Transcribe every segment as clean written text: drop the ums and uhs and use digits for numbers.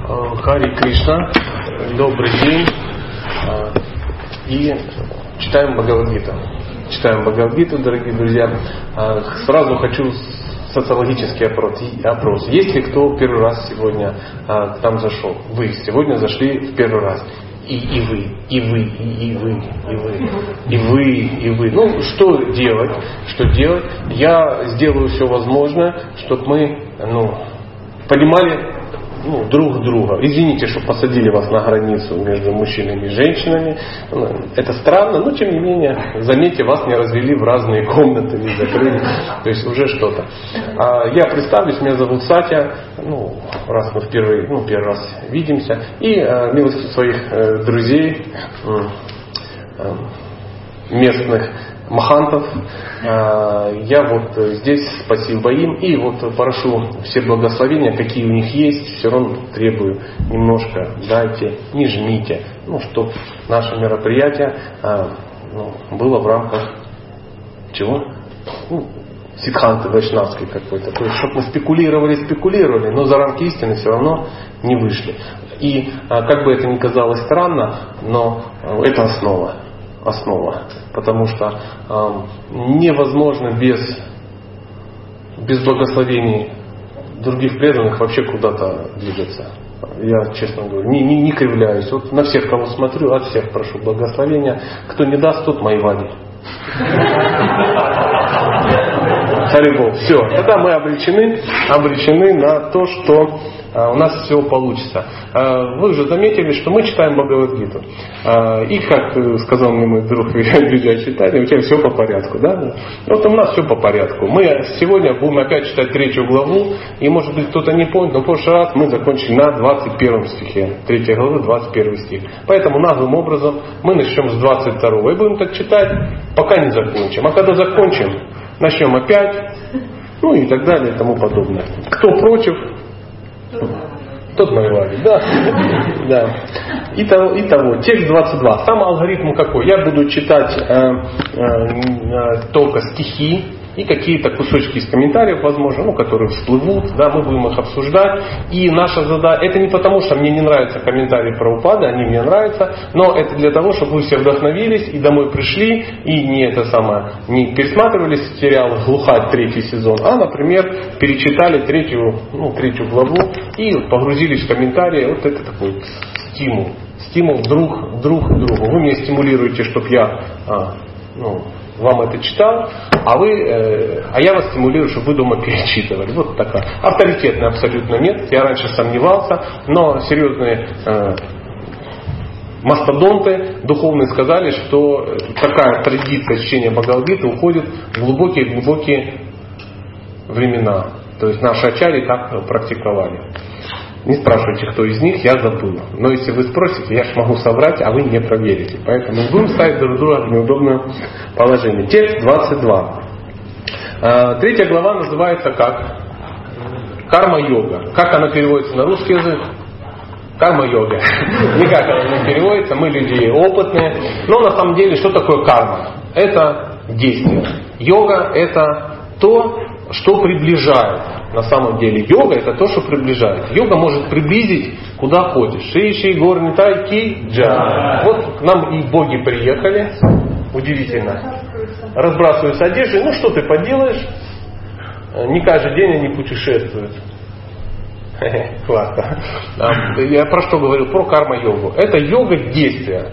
Хари Кришна, добрый день. И читаем Бхагавад-гиту. Читаем Бхагавад-гиту, дорогие друзья. Сразу хочу социологический опрос. Есть ли кто первый раз сегодня к нам зашел? Вы сегодня зашли в первый раз. И вы. Ну, что делать? Я сделаю все возможное, чтобы мы понимали друг друга. Извините, что посадили вас на границу между мужчинами и женщинами. Это странно, но тем не менее, заметьте, вас не развели в разные комнаты, не закрыли. То есть уже что-то. Я представлюсь, меня зовут Сатя. Раз мы первый раз видимся. И милостью своих друзей, местных махантов, я здесь спасибо им и прошу все благословения, какие у них есть, все равно требую немножко дайте, не жмите, чтобы наше мероприятие было в рамках чего? Сиддханты вайшнавской какой-то. То есть, чтобы мы спекулировали, но за рамки истины все равно не вышли. И как бы это ни казалось странно, но это основа. Потому что невозможно без благословений других преданных вообще куда-то двигаться. Я, честно говорю, не кривляюсь. На всех, кого смотрю, от всех прошу благословения. Кто не даст, тот мои ваги. Харибол. Все. Тогда мы обречены на то, что у нас все получится. Вы уже заметили, что мы читаем Бхагавад-гиту. И, как сказал мне мой друг Виджай Чайтанья, у тебя все по порядку, да? У нас все по порядку. Мы сегодня будем опять читать 3 главу, и, может быть, кто-то не понял, но в прошлый раз мы закончили на 21 стихе. 3 главы, 21 стих. Поэтому наглым образом мы начнем с 22 и будем так читать, пока не закончим. А когда закончим, начнем опять, и так далее и тому подобное. Кто против, тот мои ваги. Да. Итого, текст 22. Сам алгоритм какой? Я буду читать только стихи и какие-то кусочки из комментариев, возможно, которые всплывут, мы будем их обсуждать. И наша задача, это не потому, что мне не нравятся комментарии Прабхупады, они мне нравятся, но это для того, чтобы вы все вдохновились и домой пришли, и не пересматривали сериал «Глухарь» 3 сезон, а, например, перечитали 3 главу и погрузились в комментарии. Это такой стимул друг другу. Вы меня стимулируете, чтобы я вам это читал, а я вас стимулирую, чтобы вы дома перечитывали. Вот такая. Авторитетная абсолютно нет. Я раньше сомневался, но серьезные мастодонты духовные сказали, что такая традиция чтения Бхагавад-гиты уходит в глубокие времена. То есть наши ачарьи так практиковали. Не спрашивайте, кто из них, я забыл. Но если вы спросите, я ж могу соврать, а вы не проверите. Поэтому будем ставить друг друга в неудобное положение. Текст 22. 3 глава называется как? Карма-йога. Как она переводится на русский язык? Карма-йога. Никак она не переводится, мы люди опытные. Но на самом деле, что такое карма? Это действие. Йога это то, что приближает. На самом деле йога это то, что приближает. Йога может приблизить куда хочешь. Ши гор нитай ки джа. Вот к нам и боги приехали. Удивительно. Разбрасываются одеждой. Что ты поделаешь? Не каждый день они путешествуют. Классно. Я про что говорил? Про карма-йогу. Это йога действия.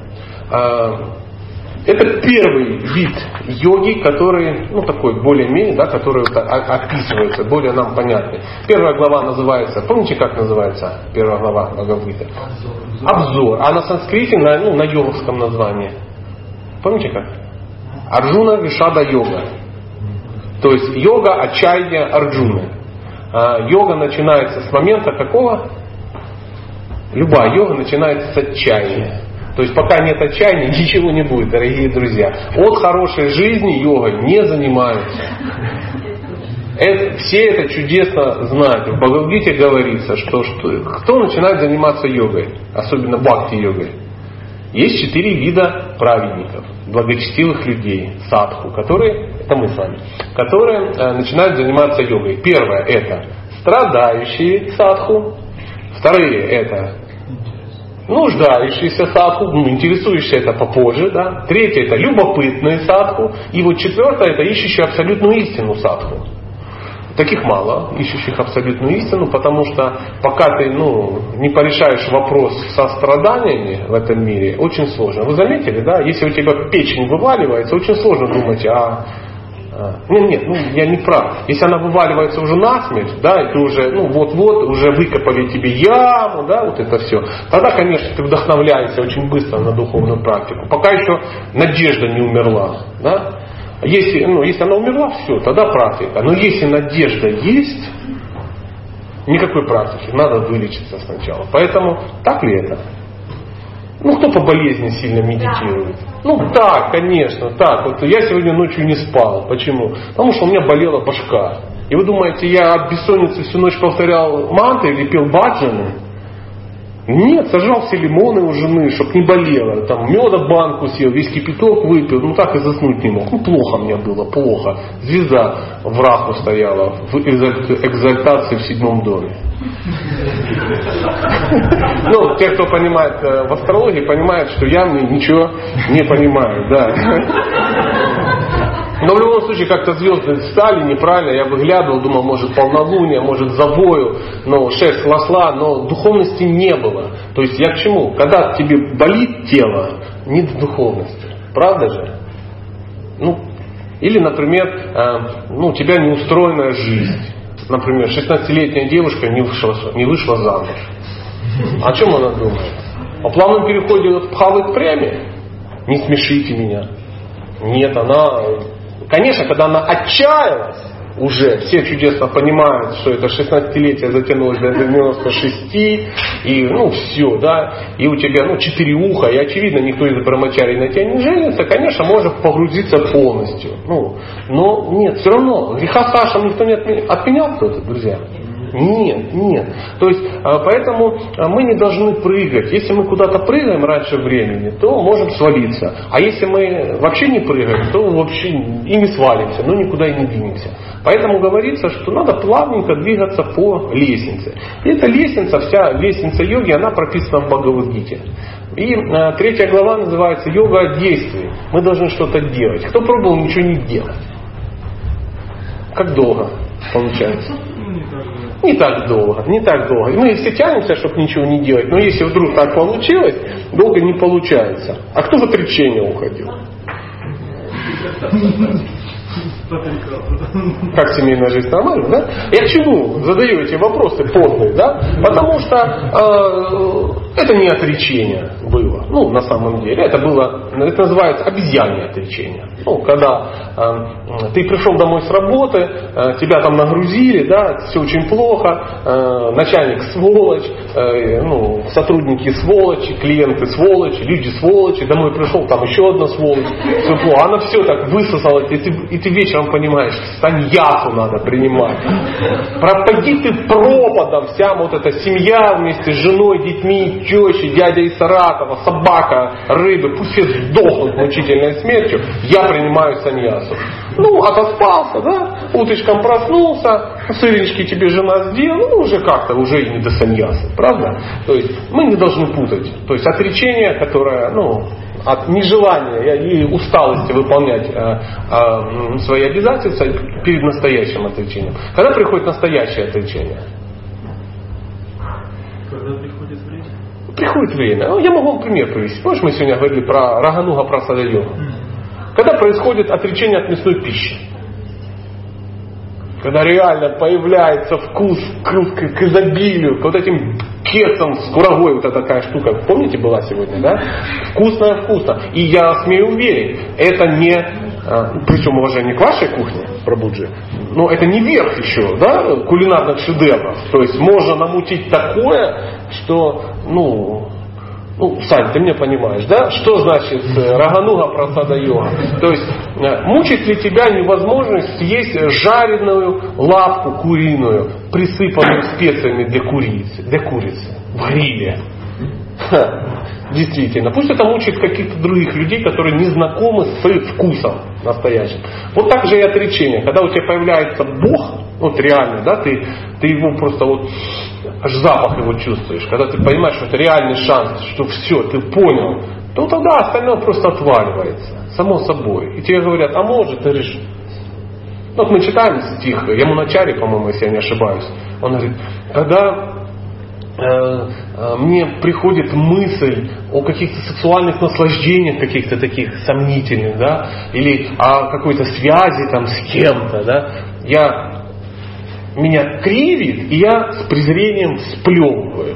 Это первый вид йоги, который, такой более-менее, который описывается, более нам понятный. 1 глава называется, помните, как называется 1 глава Бхагавад-гиты? Обзор. А на санскрите, на йоговском названии. Помните как? Арджуна Вишада йога. То есть йога отчаяния Арджуны. Йога начинается с момента какого? Любая йога начинается с отчаяния. То есть пока нет отчаяния, ничего не будет, дорогие друзья. От хорошей жизни йогой не занимаются. Все это чудесно знают. В Бхагавад-гите говорится, что кто начинает заниматься йогой, особенно бхакти-йогой. Есть 4 вида праведников, благочестивых людей, садху, это мы с вами, которые начинают заниматься йогой. Первое это страдающие садху. Вторые это нуждающийся садху, интересующийся это попозже. Да? Третье это любопытный садху. И вот четвертое это ищущий абсолютную истину садху. Таких мало, ищущих абсолютную истину, потому что пока ты не порешаешь вопрос со страданиями в этом мире, очень сложно. Вы заметили, да? Если у тебя печень вываливается, очень сложно думать Нет, я не прав. Если она вываливается уже насмерть, да, и ты уже, вот-вот, уже выкопали тебе яму, да, вот это все, тогда, конечно, ты вдохновляешься очень быстро на духовную практику. Пока еще надежда не умерла, да. Если она умерла, все, тогда практика. Но если надежда есть, никакой практики, надо вылечиться сначала. Поэтому, так ли это? Кто по болезни сильно медитирует? Так, конечно, так. Вот я сегодня ночью не спал. Почему? Потому что у меня болела башка. И вы думаете, я от бессонницы всю ночь повторял мантры или пел баджаны? Нет, сажал все лимоны у жены, чтобы не болело. Там меда банку съел, весь кипяток выпил. Так и заснуть не мог. Плохо мне было, плохо. Звезда в раху стояла в экзальтации в 7 доме. Те, кто понимает в астрологии, понимают, что я ничего не понимаю. Да. Но в любом случае как-то звезды встали неправильно, я выглядывал, думал, может полнолуние, может завою, но шерсть лосла, но духовности не было. То есть я к чему? Когда тебе болит тело, нет духовности. Правда же? Или, например, у тебя неустроенная жизнь. Например, 16-летняя девушка не вышла замуж. О чем она думает? О плавном переходе от пхавы к пряме? Не смешите меня. Нет, конечно, когда она отчаялась, уже все чудесно понимают, что это 16-летие затянулось до 96, и все, да, и у тебя 4 уха, и очевидно, никто из брамачарий на тебя не женится, конечно, можно погрузиться полностью. Но нет, все равно, греха Сашам никто не отменял кто-то, друзья? Нет. То есть, поэтому мы не должны прыгать. Если мы куда-то прыгаем раньше времени, то можем свалиться. А если мы вообще не прыгаем, то вообще и не свалимся, никуда и не двинемся. Поэтому говорится, что надо плавненько двигаться по лестнице. И эта лестница, вся лестница йоги, она прописана в Бхагавад-гите. И 3 глава называется «Йога действий». Мы должны что-то делать. Кто пробовал ничего не делать? Как долго получается? Не так долго. Мы все тянемся, чтобы ничего не делать, но если вдруг так получилось, долго не получается. А кто в отречение уходил? Как семейная жизнь, нормально, да? Я к чему задаю эти вопросы поздние, да? Потому что это не отречение было, на самом деле. Это называется обезьянье отречение. Когда ты пришел домой с работы, тебя там нагрузили, да, все очень плохо, начальник сволочь, сотрудники сволочи, клиенты сволочи, люди сволочи, домой пришел, там еще одна сволочь, все плохо. Она все так высосала, и ты вечером понимаешь, саньясу надо принимать. Пропади ты пропадом, вся вот эта семья вместе с женой, детьми, тещей, дядя из Саратова, собака, рыбы, пусть все сдохнут мучительной смертью, я принимаю саньясу. Отоспался, да, утречком проснулся, сырнички тебе жена сделала, уже как-то, уже и не до саньясы, правда? То есть мы не должны путать. То есть отречение, которое, от нежелания и усталости выполнять свои обязательства перед настоящим отречением. Когда приходит настоящее отречение? Когда приходит время? Приходит время. Я могу вам пример привести. Помнишь, мы сегодня говорили про Рагануга Прасада йогу? Когда происходит отречение от мясной пищи? Когда реально появляется вкус к изобилию, к вот этим кексам с курагой, вот такая штука, помните, была сегодня, да? Вкусно. И я смею уверить, это не, при всем уважении к вашей кухне, Прабхуджи, но это не верх еще, да, кулинарных шедевров. То есть можно намутить такое, что, Сань, ты меня понимаешь, да? Что значит Рагануга Прасада йога? То есть мучит ли тебя невозможность съесть жареную лапку куриную, присыпанную специями для курицы в гриле? Действительно. Пусть это мучает каких-то других людей, которые не знакомы с вкусом настоящим. Вот так же и отречение. Когда у тебя появляется Бог, реально, да, ты его просто аж запах его чувствуешь, когда ты понимаешь, что это реальный шанс, что все, ты понял, то тогда остальное просто отваливается, само собой. И тебе говорят, а может, ты говоришь, вот мы читаем стих, Ямуначари, по-моему, если я не ошибаюсь, он говорит, когда мне приходит мысль о каких-то сексуальных наслаждениях, каких-то таких сомнительных, да, или о какой-то связи там с кем-то, да, меня кривит, и я с презрением сплевываю.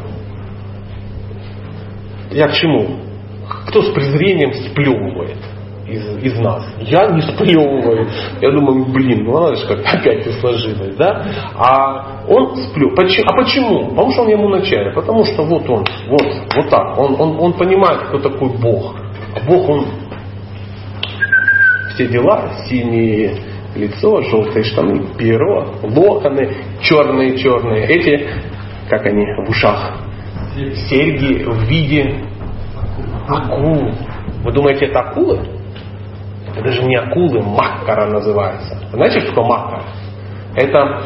Я к чему? Кто с презрением сплевывает из нас? Я не сплевываю. Я думаю, ну надо же как-то опять не сложилось, да? А он сплевывает. А почему? Потому что он ему начальник. Потому что вот он, вот так. Он понимает, кто такой Бог. А Бог, он все дела, синие лицо, желтые штаны, перо, локоны, черные. Эти, как они в ушах, серьги в виде акул. Вы думаете, это акулы? Это даже не акулы, маккара называется. Знаете, что такое маккара? Это...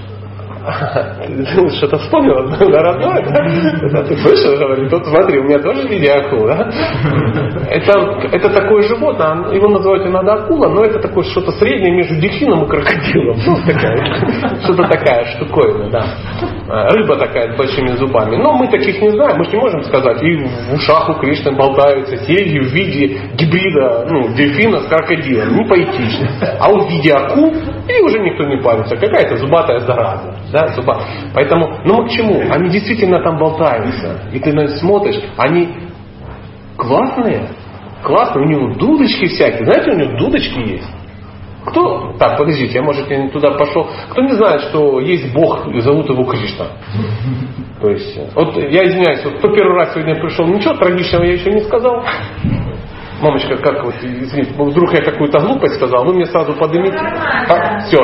Ты что-то вспомнил? На родное, да? Ты слышал, говорит, вот смотри, у меня тоже в виде акул, да? Это такое животное, его называют иногда акула, но это такое что-то среднее между дельфином и крокодилом. Ну, что-то такая штуковина, да. Рыба такая с большими зубами. Но мы таких не знаем, мы же не можем сказать. И в ушах у Кришны болтаются серьги в виде гибрида, дельфина с крокодилом. Не поэтично. А вот в виде акул, и уже никто не парится. Какая-то зубатая зараза. Да, зуба. Поэтому, мы к чему? Они действительно там болтаются. И ты на них смотришь, они классные. Классные, у него дудочки всякие. Знаете, у него дудочки есть. Кто? Так, подождите, я, может, я не туда пошел. Кто не знает, что есть Бог и зовут его Кришна? То есть, вот я извиняюсь, вот кто первый раз сегодня пришел, ничего трагичного я еще не сказал. Мамочка, как вот, извините, вдруг я какую-то глупость сказал, вы мне сразу поднимите. Все.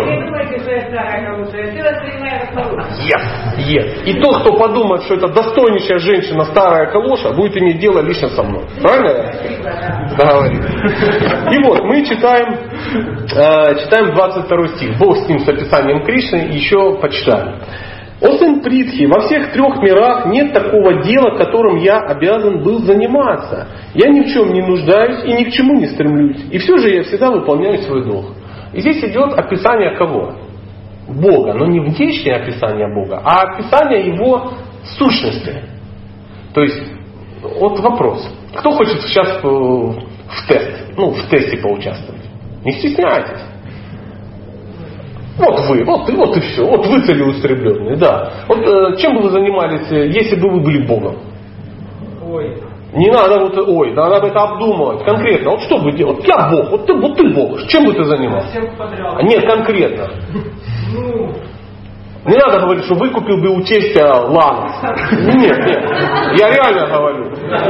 Yes. И тот, кто подумает, что это достойнейшая женщина, старая калоша, будет иметь дело лично со мной. Правильно я договорил? И вот, мы читаем 22 стих. Бог с ним, с описанием Кришны, еще почитаем. «О сын Притхи, во всех 3 мирах нет такого дела, которым я обязан был заниматься. Я ни в чем не нуждаюсь и ни к чему не стремлюсь. И все же я всегда выполняю свой долг». И здесь идет описание кого? Бога. Но не внешнее описание Бога, а описание Его сущности. То есть, вот вопрос. Кто хочет сейчас в тесте поучаствовать? Не стесняйтесь. Вот и все. Вот вы целеустремленные, да. Вот чем бы вы занимались, если бы вы были Богом? Не надо надо это обдумывать конкретно. Вот что бы делать? Вот я Бог, вот ты Бог. Чем бы ты занимался? Нет, конкретно. Не надо говорить, что выкупил бы у тестя ланос. Нет. Я реально говорю.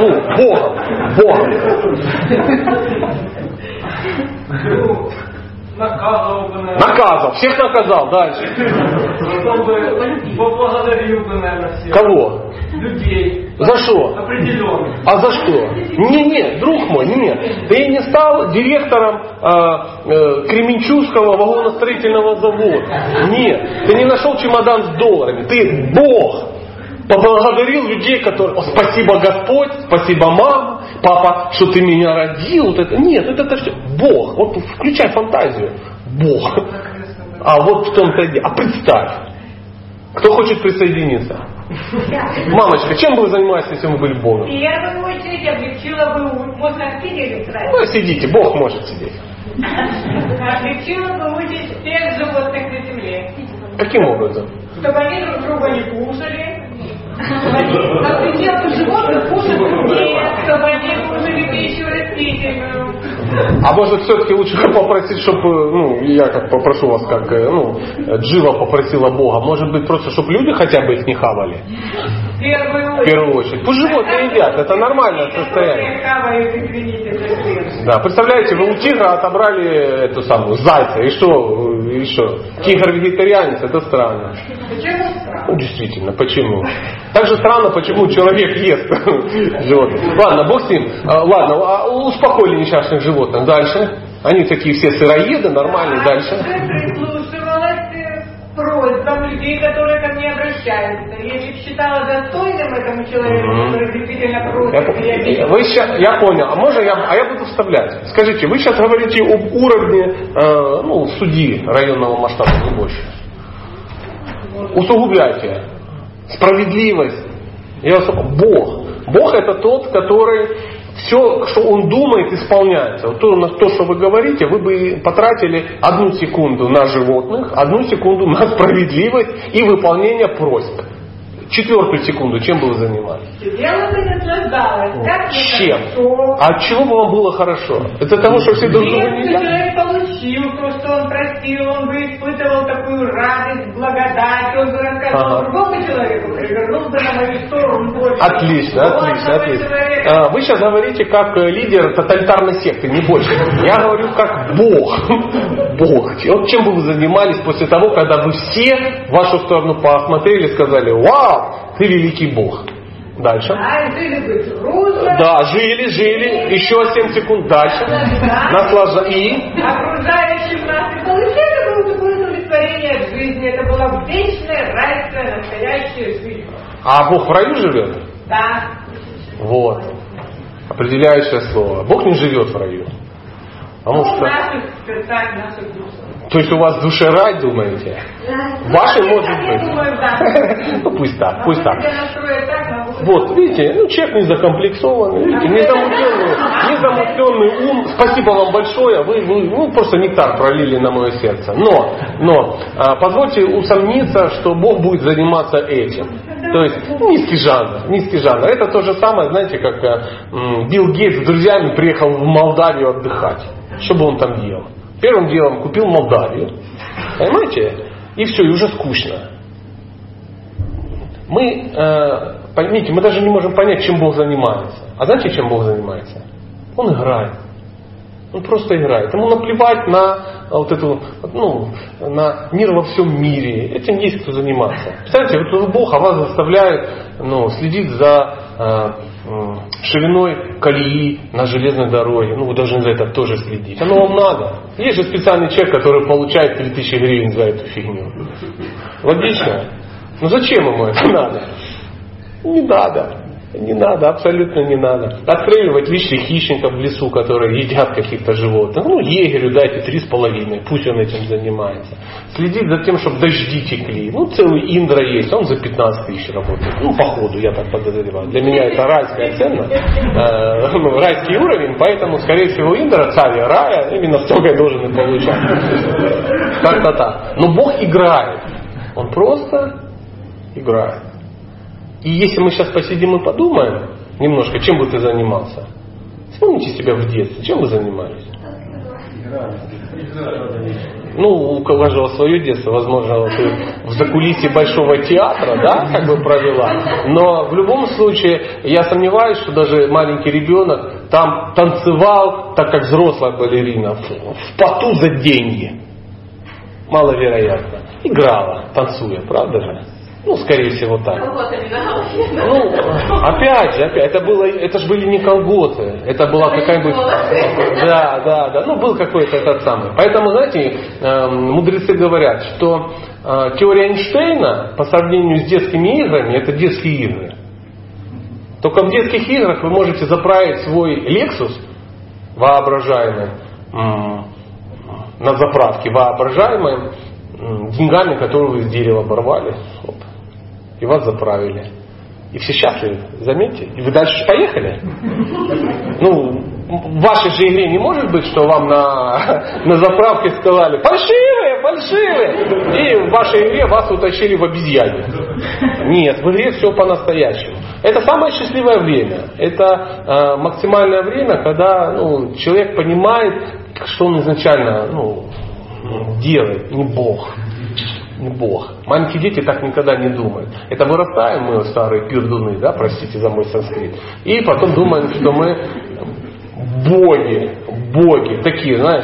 Богом. Наказал. Всех наказал. Дальше. Поблагодарил бы, наверное, всех. Кого? Людей. За что? Определенно. А за что? Нет, друг мой, нет. Ты не стал директором Кременчугского вагоностроительного завода. Нет. Ты не нашел чемодан с долларами. Ты Бог. Поблагодарил людей, которые... Спасибо, Господь, спасибо, мама, папа, что ты меня родил. Вот это. Нет, это все. Бог. Вот включай фантазию. Бог. А вот в том-то дело. А представь. Кто хочет присоединиться? Мамочка, чем бы вы занимались, если бы вы были Богом? В первую очередь облегчила бы... Можно сидеть сразу? Сидите, Бог может сидеть. Облегчила бы участь всех животных на земле. Каким образом? Чтобы они друг друга не кушали. Определенно животных кушать людей, чтобы они кушали пищу растительную. А может все-таки лучше попросить, чтобы, я как попрошу вас, как Джива попросила Бога, может быть просто, чтобы люди хотя бы их не хавали? В первую очередь. Пусть животные едят, это нормальное состояние. Да, представляете, вы у тигра отобрали эту самую зайца, и что? Тигр вегетарианец, это странно. Почему странно? Действительно, почему? Так же странно, почему человек ест животных. Ладно, Бог с ним. Ладно, успокоили несчастных животных. Дальше. Они такие все сыроеды, нормальные. Дальше. Прислушивалась просьбам людей, которые ко мне обращаются. Если бы считала достойным этому человеку, который действительно просит. Вы сейчас, я понял. А можно я буду вставлять? Скажите, вы сейчас говорите об уровне судьи районного масштаба, не больше. Усугубляйте. Справедливость. Бог это тот, который все, что он думает, исполняется. Вот то, что вы говорите, вы бы потратили 1 секунду на животных, 1 секунду на справедливость и выполнение просьб. 4 секунду чем бы вы занимались? Я бы наслаждалась. Как чем? А от чего бы вам было хорошо? Это того, что все друг друга не человек получил то, что он просил, он бы испытывал такую радость, благодать, он бы рассказывал другому человеку, привернул бы на мою сторону больше. Отлично. Вы сейчас говорите как лидер тоталитарной секты, не больше. Я говорю как Бог. Вот чем бы вы занимались после того, когда вы все в вашу сторону посмотрели и сказали: вау, ты великий Бог. Дальше. Жили. Еще 7 секунд дальше. И? Окружающим нас и получили бы удовлетворение от жизни. Это была вечная, райская, настоящая жизнь. А Бог в раю живет? Да. Вот. Определяющее слово. Бог не живет в раю. То есть у вас в душе рай, думаете? Вашей может быть. Ну пусть так. Вот, видите, человек не закомплексованный, видите, незамутленный ум. Спасибо вам большое, вы просто нектар пролили на мое сердце. Но позвольте усомниться, что Бог будет заниматься этим. То есть низкий жанр. Это то же самое, знаете, как Билл Гейтс с друзьями приехал в Молдавию отдыхать. Что бы он там делал? Первым делом купил Молдавию. Понимаете? И все, и уже скучно. Поймите, мы даже не можем понять, чем Бог занимается. А знаете, чем Бог занимается? Он играет. Он просто играет. Ему наплевать на на мир во всем мире. Этим есть кто заниматься. Представляете, вот Бог вас заставляет следить за шириной колеи на железной дороге. Вы должны за это тоже следить. Оно вам надо. Есть же специальный человек, который получает 3000 гривен за эту фигню. Логично? Зачем ему это надо? Не надо, абсолютно не надо. Отстреливать лишних хищников в лесу, которые едят каких-то животных. Егерю дайте 3,5, пусть он этим занимается. Следить за тем, чтобы дожди текли. Целый Индра есть, он за 15 тысяч работает. Походу, я так подозреваю. Для меня это райская цена, райский уровень, поэтому, скорее всего, Индра, царь рая, именно столько и должен и получать. Как-то так. Но Бог играет. Он просто играет. И если мы сейчас посидим и подумаем немножко, чем бы ты занимался? Вспомните себя в детстве. Чем вы занимались? У кого же свое детство, возможно, ты в закулисье Большого театра, провела. Но в любом случае, я сомневаюсь, что даже маленький ребенок там танцевал, так как взрослая балерина, в поту за деньги. Маловероятно. Играла, танцуя, правда же? Скорее всего так. Опять же, это же были не колготы. Это была какая-нибудь... Да. Был какой-то этот самый. Поэтому, знаете, мудрецы говорят, что теория Эйнштейна по сравнению с детскими играми, это детские игры. Только в детских играх вы можете заправить свой Lexus воображаемый на заправке, воображаемым деньгами, которые вы из дерева оборвали. И вас заправили. И все счастливы, заметьте. И вы дальше поехали. В вашей же игре не может быть, что вам на заправке сказали: фальшивые. И в вашей игре вас утащили в обезьяне. Нет, в игре все по-настоящему. Это самое счастливое время. Это максимальное время, когда человек понимает, что он изначально делает, не Бог. Маленькие дети так никогда не думают. Это вырастаем мы, старые пердуны, простите за мой санскрит. И потом думаем, что мы боги. Такие, знаешь,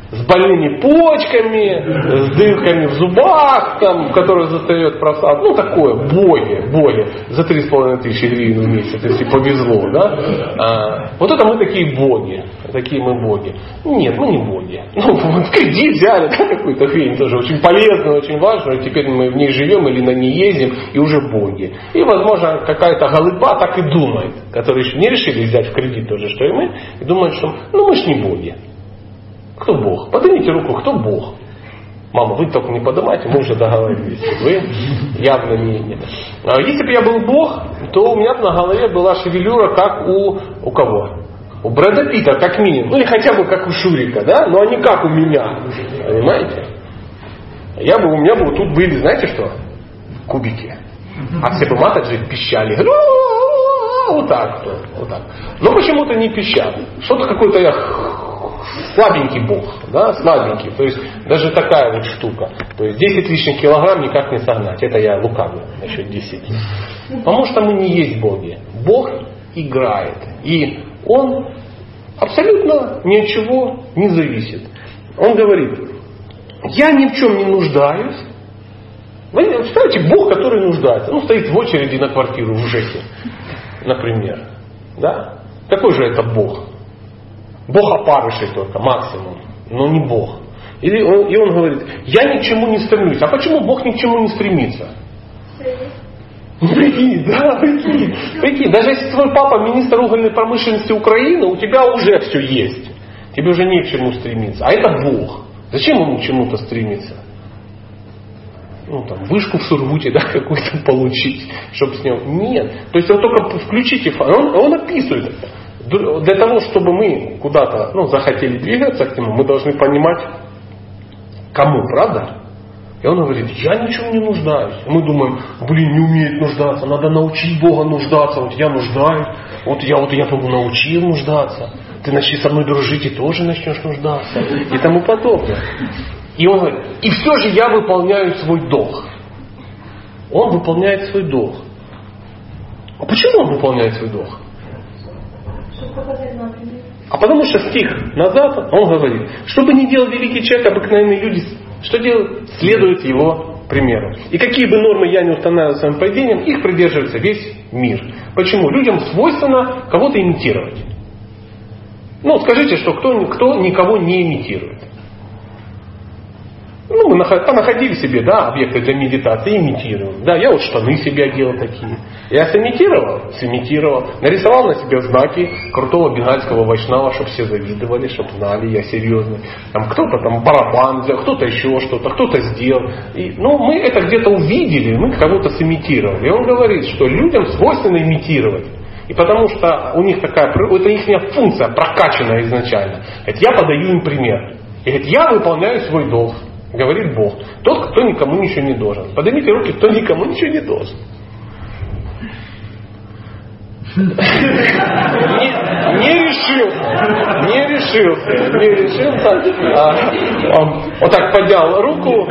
с больными почками, с дырками в зубах, там, которые застает простату. Ну, такое, боги, за 3500 гривен в месяц, если повезло, да. Вот это мы такие боги. Такие мы боги. Нет, мы не боги. Ну, вот кредит взяли, да, какую-то хрень тоже очень полезную, очень важную. Теперь мы в ней живем или на ней ездим, и уже боги. И, возможно, какая-то голыба так и думает, которые еще не решили взять в кредит тоже, что и мы, и думают, что мы ж не боги. Кто Бог? Поднимите руку, кто Бог? Мама, вы только не поднимайте, мы уже договорились. Вы явно не. А если бы я был Бог, то у меня бы на голове была шевелюра, как у кого? У Брэда Питта, как минимум. Ну или хотя бы как у Шурика, да? Но не как у меня. Понимаете? У меня бы тут были, знаете что? Кубики. А все бы матаджи пищали. Вот так. Но почему-то не пищат. Что-то какой-то я слабенький Бог, да, слабенький. То есть даже такая вот штука. То есть 10 лишних килограмм никак не согнать. Это я лукавлю насчет 10. Потому что мы не есть боги. Бог играет. И Он абсолютно ни от чего не зависит. Он говорит, я ни в чем не нуждаюсь. Вы представляете, Бог, который нуждается. Ну, стоит в очереди на квартиру в ЖЭКе, например. Да? Какой же это Бог? Бог опарышей только, максимум. Но не Бог. И он говорит, я ни к чему не стремлюсь. А почему Бог ни к чему не стремится? Прикинь, даже если твой папа министр угольной промышленности Украины, у тебя уже все есть. Тебе уже не к чему стремиться. А это Бог. Зачем ему к чему-то стремиться? Ну, там, вышку в Сургуте, да, какую-то получить, чтобы с него. Нет. То есть, вот только включите, он описывает это. Для того, чтобы мы куда-то захотели двигаться к нему, мы должны понимать, кому, правда? И он говорит, я ничего не нуждаюсь. И мы думаем, не умеет нуждаться, надо научить Бога нуждаться. Вот я нуждаюсь, вот я Богу научил нуждаться. Ты начни со мной дружить и тоже начнешь нуждаться. И тому подобное. И он говорит, и все же я выполняю свой долг. Он выполняет свой долг. А почему он выполняет свой долг? А потому что стих назад он говорит, что бы ни делал великий человек, обыкновенные люди, что делают? Следуют его примеру. И какие бы нормы я не устанавливал своим поведением, их придерживается весь мир. Почему? Людям свойственно кого-то имитировать. Скажите, что кто никого не имитирует. Мы понаходили себе, объекты для медитации, имитируем. Да, я вот штаны себе одел такие. Я сымитировал. Нарисовал на себе знаки крутого бенгальского вайшнава, чтобы все завидовали, чтобы знали, я серьезный. Кто-то барабан взял, кто-то еще что-то, кто-то сделал. Мы это где-то увидели, мы кого-то сымитировали. И он говорит, что людям свойственно имитировать. И потому что у них это их функция прокачана изначально. Я подаю им пример. И говорит, я выполняю свой долг. Говорит Бог. Тот, кто никому ничего не должен. Поднимите руки, кто никому ничего не должен. Не решился. Вот так поднял руку.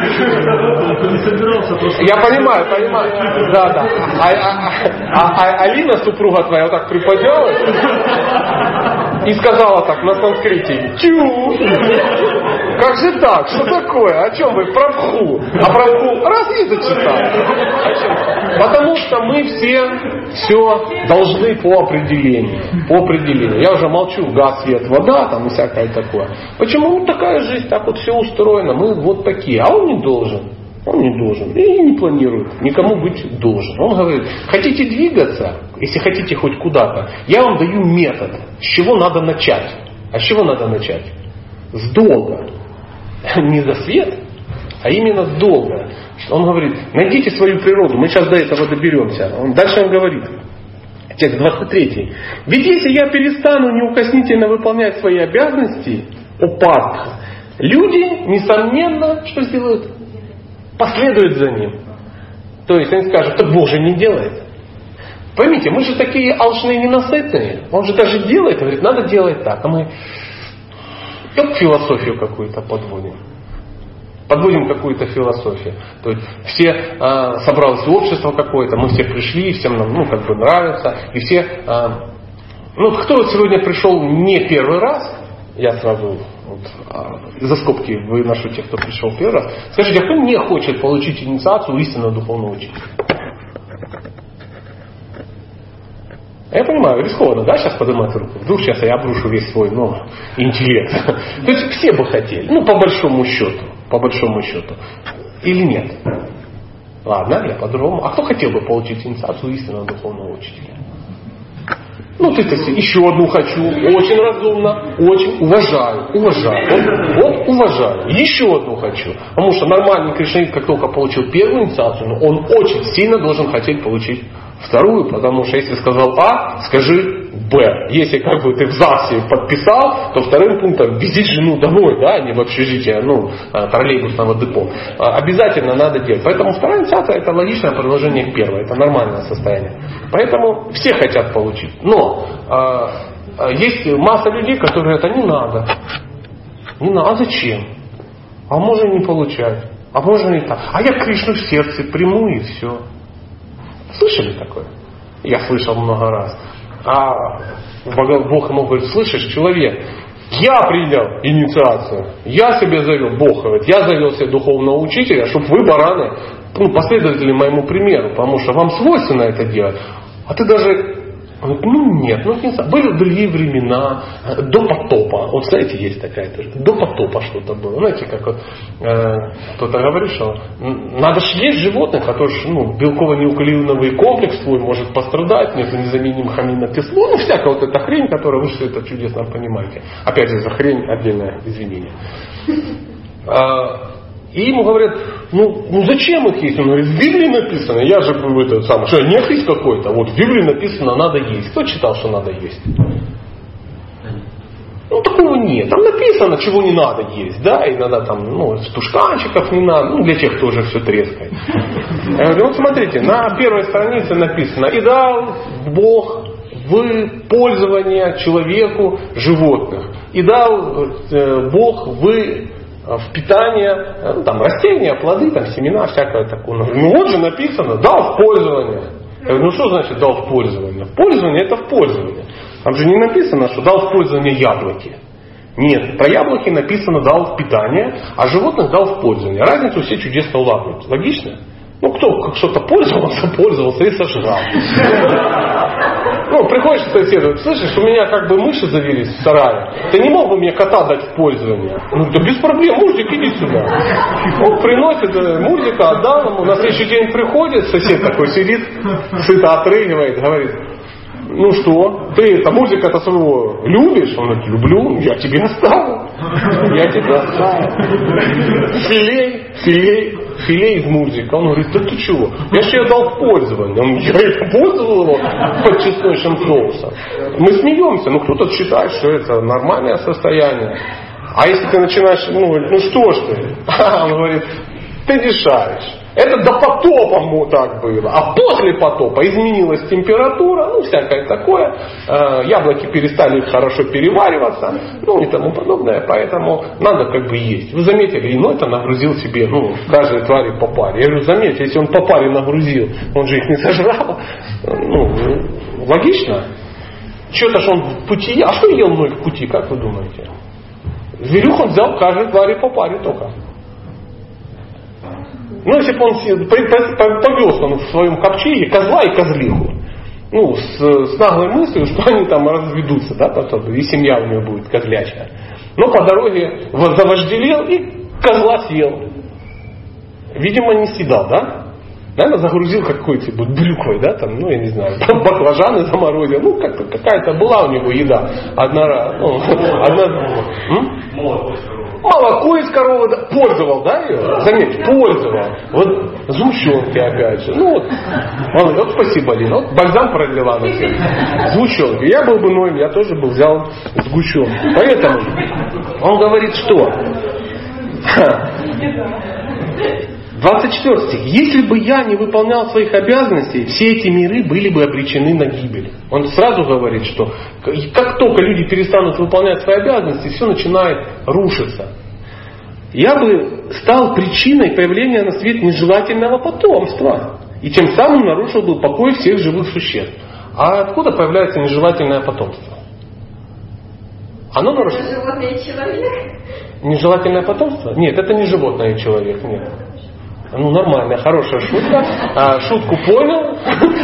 Я понимаю. Да. А Алина, супруга твоя, вот так приподняла и сказала так на санскрите: тю! Как же так? Что такое? О чем вы? Прабху. А Прабху раз и зачитал. Потому что мы все должны по определению. Я уже молчу, газ, свет, вода, там и всякое такое. Почему такая жизнь, так вот все устроено? Мы вот такие. А он не должен. И не планирует никому быть должен. Он говорит, хотите двигаться, если хотите хоть куда-то, я вам даю метод, с чего надо начать. А с чего надо начать? С долга. Не за свет, а именно с долга. Он говорит, найдите свою природу. Мы сейчас до этого доберемся. Дальше он говорит, текст 23. Ведь если я перестану неукоснительно выполнять свои обязанности, упадка, люди, несомненно, что сделают? Последуют за ним. То есть они скажут, так Бог же не делает. Поймите, мы же такие алчные ненасытные. Он же даже делает, говорит, надо делать так. А мы философию какую-то подводим. Подводим какую-то философию. То есть все собралось общество какое-то, мы все пришли, всем нам нравится. И все... кто сегодня пришел не первый раз, я сразу вот, за скобки выношу тех, кто пришел первый раз. Скажите, а кто не хочет получить инициацию истинного духовного учителя? Я понимаю, рискованно, да, сейчас поднимать руку. Вдруг сейчас я обрушу весь свой интеллект. То есть все бы хотели, по большому счету. Или нет? Ладно, я по-другому. А кто хотел бы получить инициацию истинного духовного учителя? Ты еще одну хочу. Очень разумно, очень уважаю. Вот уважаю. Еще одну хочу. Потому что нормальный кришнаит, как только получил первую инициацию, он очень сильно должен хотеть получить вторую, потому что если сказал А, скажи Б. Если ты в ЗАГСе подписал, то вторым пунктом вези жену домой, да, а не в общежитие, троллейбусного депо. Обязательно надо делать. Поэтому вторая инициация это логичное продолжение первой. Это нормальное состояние. Поэтому все хотят получить. Но есть масса людей, которые это не надо. Не надо. А зачем? А можно не получать. А можно и так. А я Кришну в сердце приму и все. Слышали такое? Я слышал много раз. А Бог ему говорит, слышишь, человек, я принял инициацию, я себе завел, Бог говорит, я завел себе духовного учителя, чтобы вы, бараны, последовали моему примеру, потому что вам свойственно это делать. А ты даже, нет, не знаю. Были другие времена, до потопа. Вот знаете, есть такая тоже. До потопа что-то было. Знаете, как кто-то говорит, что надо же есть животных, а то же белково-неуклеиновый комплекс твой может пострадать, незаменим аминокислот, всякая вот эта хрень, которую вы все это чудесно понимаете. Опять же, за хрень отдельное извинение. И ему говорят, зачем их есть? Он говорит, в Библии написано, я же что, нет есть какой-то? Вот в Библии написано, надо есть. Кто читал, что надо есть? Такого нет. Там написано, чего не надо есть. Да, иногда стушканчиков не надо. Для тех, кто уже все трескает. Я говорю, смотрите, на первой странице написано, и дал Бог в пользование человеку животных. И дал Бог в питание, растения, плоды, семена, всякое такое. Вот же написано, дал в пользование. Я говорю, что значит дал в пользование? В пользование это в пользование. Там же не написано, что дал в пользование яблоки. Нет, про яблоки написано дал в питание, а животных дал в пользование. Разницу все чудесно улавливают. Логично? Кто что-то пользовался и сожрал. Приходишь к соседу, слышишь, у меня мыши завелись в сарае. Ты не мог бы мне кота дать в пользование? Да без проблем, Мурзик, иди сюда. Он приносит Мурзика, отдал ему, на следующий день приходит, сосед такой сидит, сыто отрыгивает, говорит, что, ты Мурзика своего любишь? Он говорит, люблю, я тебе оставлю. Филе из Мурзика. Он говорит, да ты чего? Я же тебе дал в пользование. Я это пользовал его под чесночным соусом. Мы смеемся, кто-то считает, что это нормальное состояние. А если ты начинаешь, что ж ты? Он говорит, ты решаешь. Это до потопа так было. А после потопа изменилась температура, всякое такое. Яблоки перестали хорошо перевариваться, и тому подобное. Поэтому надо есть. Вы заметили, это нагрузил себе, каждой твари по паре. Я говорю, заметьте, если он по паре нагрузил, он же их не сожрал. Логично. Что-то же он в пути. А что ел Ной в пути, как вы думаете? Зверюх он взял каждой твари по паре только. Если бы он повез в своем ковчеге козла и козлиху, с наглой мыслью, что они там разведутся, да, потом, и семья у него будет козлячая. Но по дороге завожделел и козла съел. Видимо, не съедал, да? Наверное, загрузил какой-то брюквой, да, я не знаю, баклажаны заморозил. Какая-то была у него еда. Молоко из коровы, пользовал, да, ее? Заметьте, пользовал. Вот сгущенки опять же. Вот спасибо, Алина. Вот бальзам продлила на всех. Сгущенки. Я был бы Ноем, я тоже бы взял сгущенку. Поэтому он говорит, что 24 стих. Если бы я не выполнял своих обязанностей, все эти миры были бы обречены на гибель. Он сразу говорит, что как только люди перестанут выполнять свои обязанности, все начинает рушиться. Я бы стал причиной появления на свет нежелательного потомства. И тем самым нарушил бы покой всех живых существ. А откуда появляется нежелательное потомство? Оно нарушает. Животное и человек? Нежелательное потомство? Нет, это не животное и человек, нет. Ну, нормальная, хорошая шутка. Шутку понял.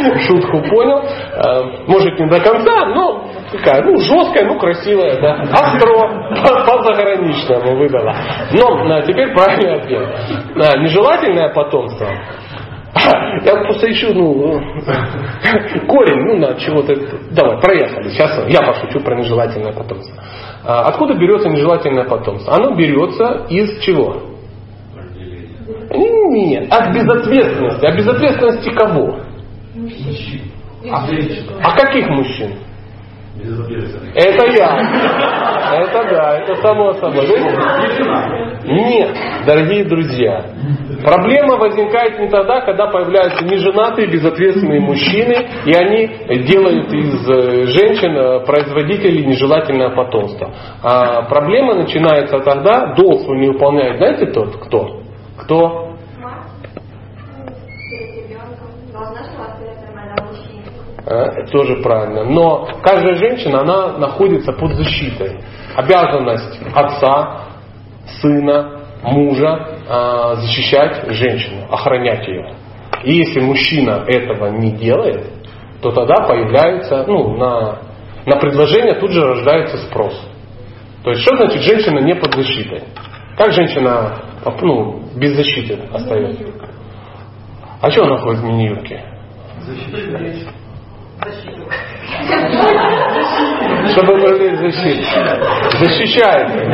Может, не до конца, но такая, жесткая, красивая, да. Остро, по-заграничному выдала. Но теперь правильный ответ. Нежелательное потомство. Я просто ищу, корень, на чего-то. Давай, проехали. Сейчас я пошучу про нежелательное потомство. Откуда берется нежелательное потомство? Оно берется из чего? Нет, от безответственности. А безответственности кого? А каких мужчин? Это я. Это да, это само собой. Нет, дорогие друзья. Проблема возникает не тогда, когда появляются неженатые, безответственные мужчины, и они делают из женщин производителей нежелательное потомство. А проблема начинается тогда, долг свой не выполняет, знаете тот, кто? Кто? Тоже правильно. Но каждая женщина, она находится под защитой. Обязанность отца, сына, мужа защищать женщину, охранять ее. И если мужчина этого не делает, то тогда появляется, на предложение тут же рождается спрос. То есть, что значит женщина не под защитой? Как женщина без защиты остается? А что она ходит в мини-юбке? Чтобы продлить защиту. Защищает,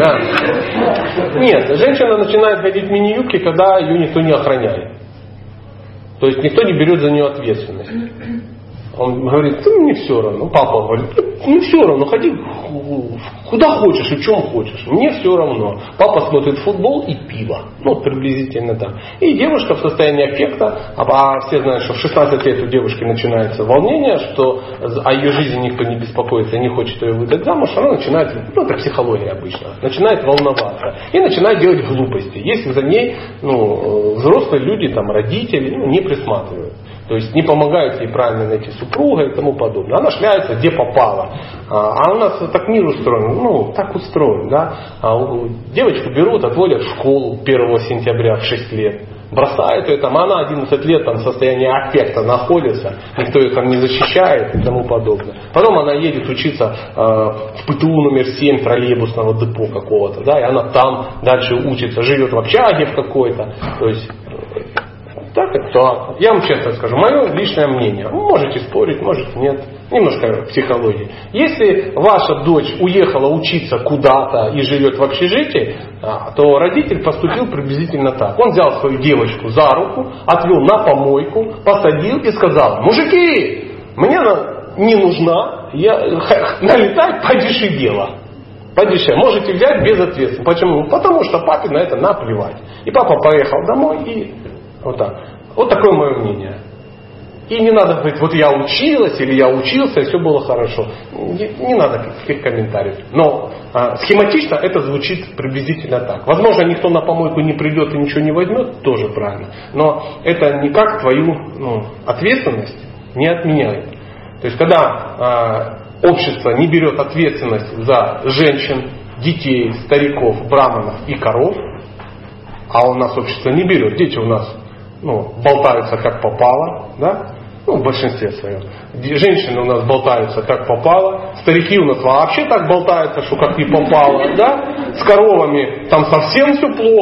да. Нет, женщина начинает ходить в мини-юбке, когда ее никто не охраняет. То есть никто не берет за нее ответственность. Он говорит, мне все равно. Папа говорит, мне все равно, ходи куда хочешь и в чем хочешь. Мне все равно. Папа смотрит футбол и пиво. Приблизительно так. И девушка в состоянии аффекта, а все знают, что в 16 лет у девушки начинается волнение, что о ее жизни никто не беспокоится и не хочет ее выдать замуж, она начинает, это психология обычно, начинает волноваться и начинает делать глупости, если за ней взрослые люди, родители не присматривают. То есть не помогают ей правильно найти супруга и тому подобное. Она шляется где попало. А у нас так мир устроен, так устроен, да. Девочку берут, отводят в школу 1 сентября в 6 лет. Бросают ее она 11 лет в состоянии аффекта находится, никто ее не защищает и тому подобное. Потом она едет учиться в ПТУ номер 7 троллейбусного депо какого-то, да, и она там дальше учится, живет в общаге в какой-то. То есть так и так. Я вам честно скажу, мое личное мнение. Можете спорить, можете нет. Немножко психологии. Если ваша дочь уехала учиться куда-то и живет в общежитии, то родитель поступил приблизительно так. Он взял свою девочку за руку, отвел на помойку, посадил и сказал: мужики, мне она не нужна, налетай подешевело. Подешевле. Можете взять без ответственности. Почему? Потому что папе на это наплевать. И папа поехал домой и вот так. Вот такое мое мнение. И не надо говорить, вот я училась или я учился, и все было хорошо. Не надо каких комментариев. Но схематично это звучит приблизительно так. Возможно, никто на помойку не придет и ничего не возьмет, тоже правильно. Но это никак твою ответственность не отменяет. То есть, когда общество не берет ответственность за женщин, детей, стариков, браманов и коров, а у нас общество не берет, дети у нас болтаются как попало, да? В большинстве своем. Женщины у нас болтаются как попало, старики у нас вообще так болтаются, что как не попало, да? С коровами там совсем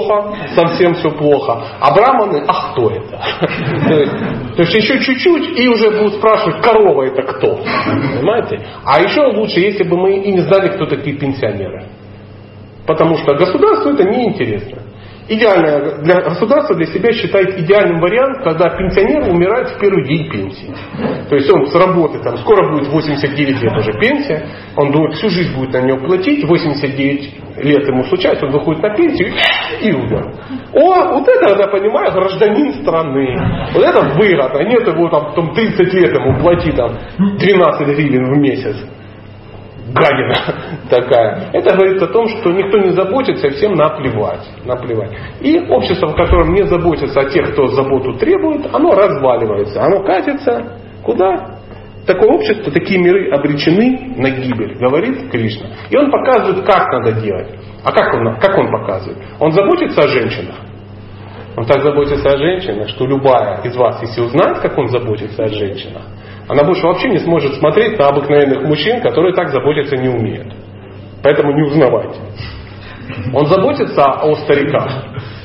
все плохо, а браманы, а кто это? То есть еще чуть-чуть и уже будут спрашивать, корова это кто? Понимаете? А еще лучше, если бы мы и не знали, кто такие пенсионеры. Потому что государству это неинтересно. Идеально для государства для себя считает идеальным вариант, когда пенсионер умирает в первый день пенсии. То есть он с работы, скоро будет 89 лет уже пенсия, он думает, всю жизнь будет на нее платить, 89 лет ему случается, он выходит на пенсию и умер. Вот это, я понимаю, гражданин страны. Вот это выгодно. Нет его там 30 лет ему плати 12 гривен в месяц. Гадина такая. Это говорит о том, что никто не заботится, всем наплевать. И общество, в котором не заботится о тех, кто заботу требует, оно разваливается. Оно катится куда? такое общество, такие миры обречены на гибель, говорит Кришна. И он показывает, как надо делать. А как он показывает? Он заботится о женщинах. Он так заботится о женщинах, что любая из вас, если узнает, как он заботится о женщинах, она больше вообще не сможет смотреть на обыкновенных мужчин, которые так заботиться не умеют. Поэтому не узнавайте. Он заботится о стариках.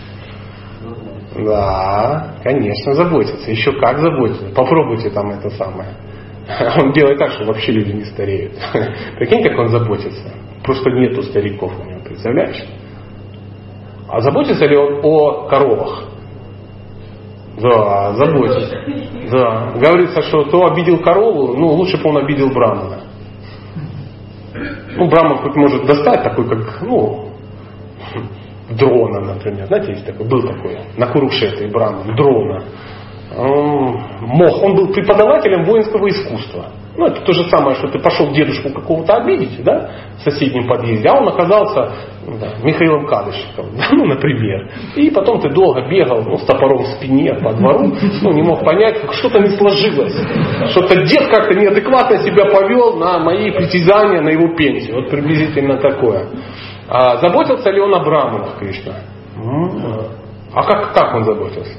Да, конечно, заботится. Еще как заботится. Попробуйте там это самое. Он делает так, что вообще люди не стареют. Прикинь, как он заботится. Просто нету стариков у него, представляешь? А заботится ли он о коровах? Да, заботится. Да. Говорится, что кто обидел корову, лучше бы он обидел брамана. Браман хоть может достать такой, как, дрона, например. Знаете, есть такой, был такой, на Курукшетре браман, дрона. Он был преподавателем воинского искусства. Это то же самое, что ты пошел дедушку какого-то обидеть, да, в соседнем подъезде, а он оказался Михаилом Кадышевым, например. И потом ты долго бегал с топором в спине по двору, не мог понять, что-то не сложилось. Что-то дед как-то неадекватно себя повел на мои притязания на его пенсию. Вот приблизительно такое. А заботился ли он о браманах, Кришна? А как он заботился?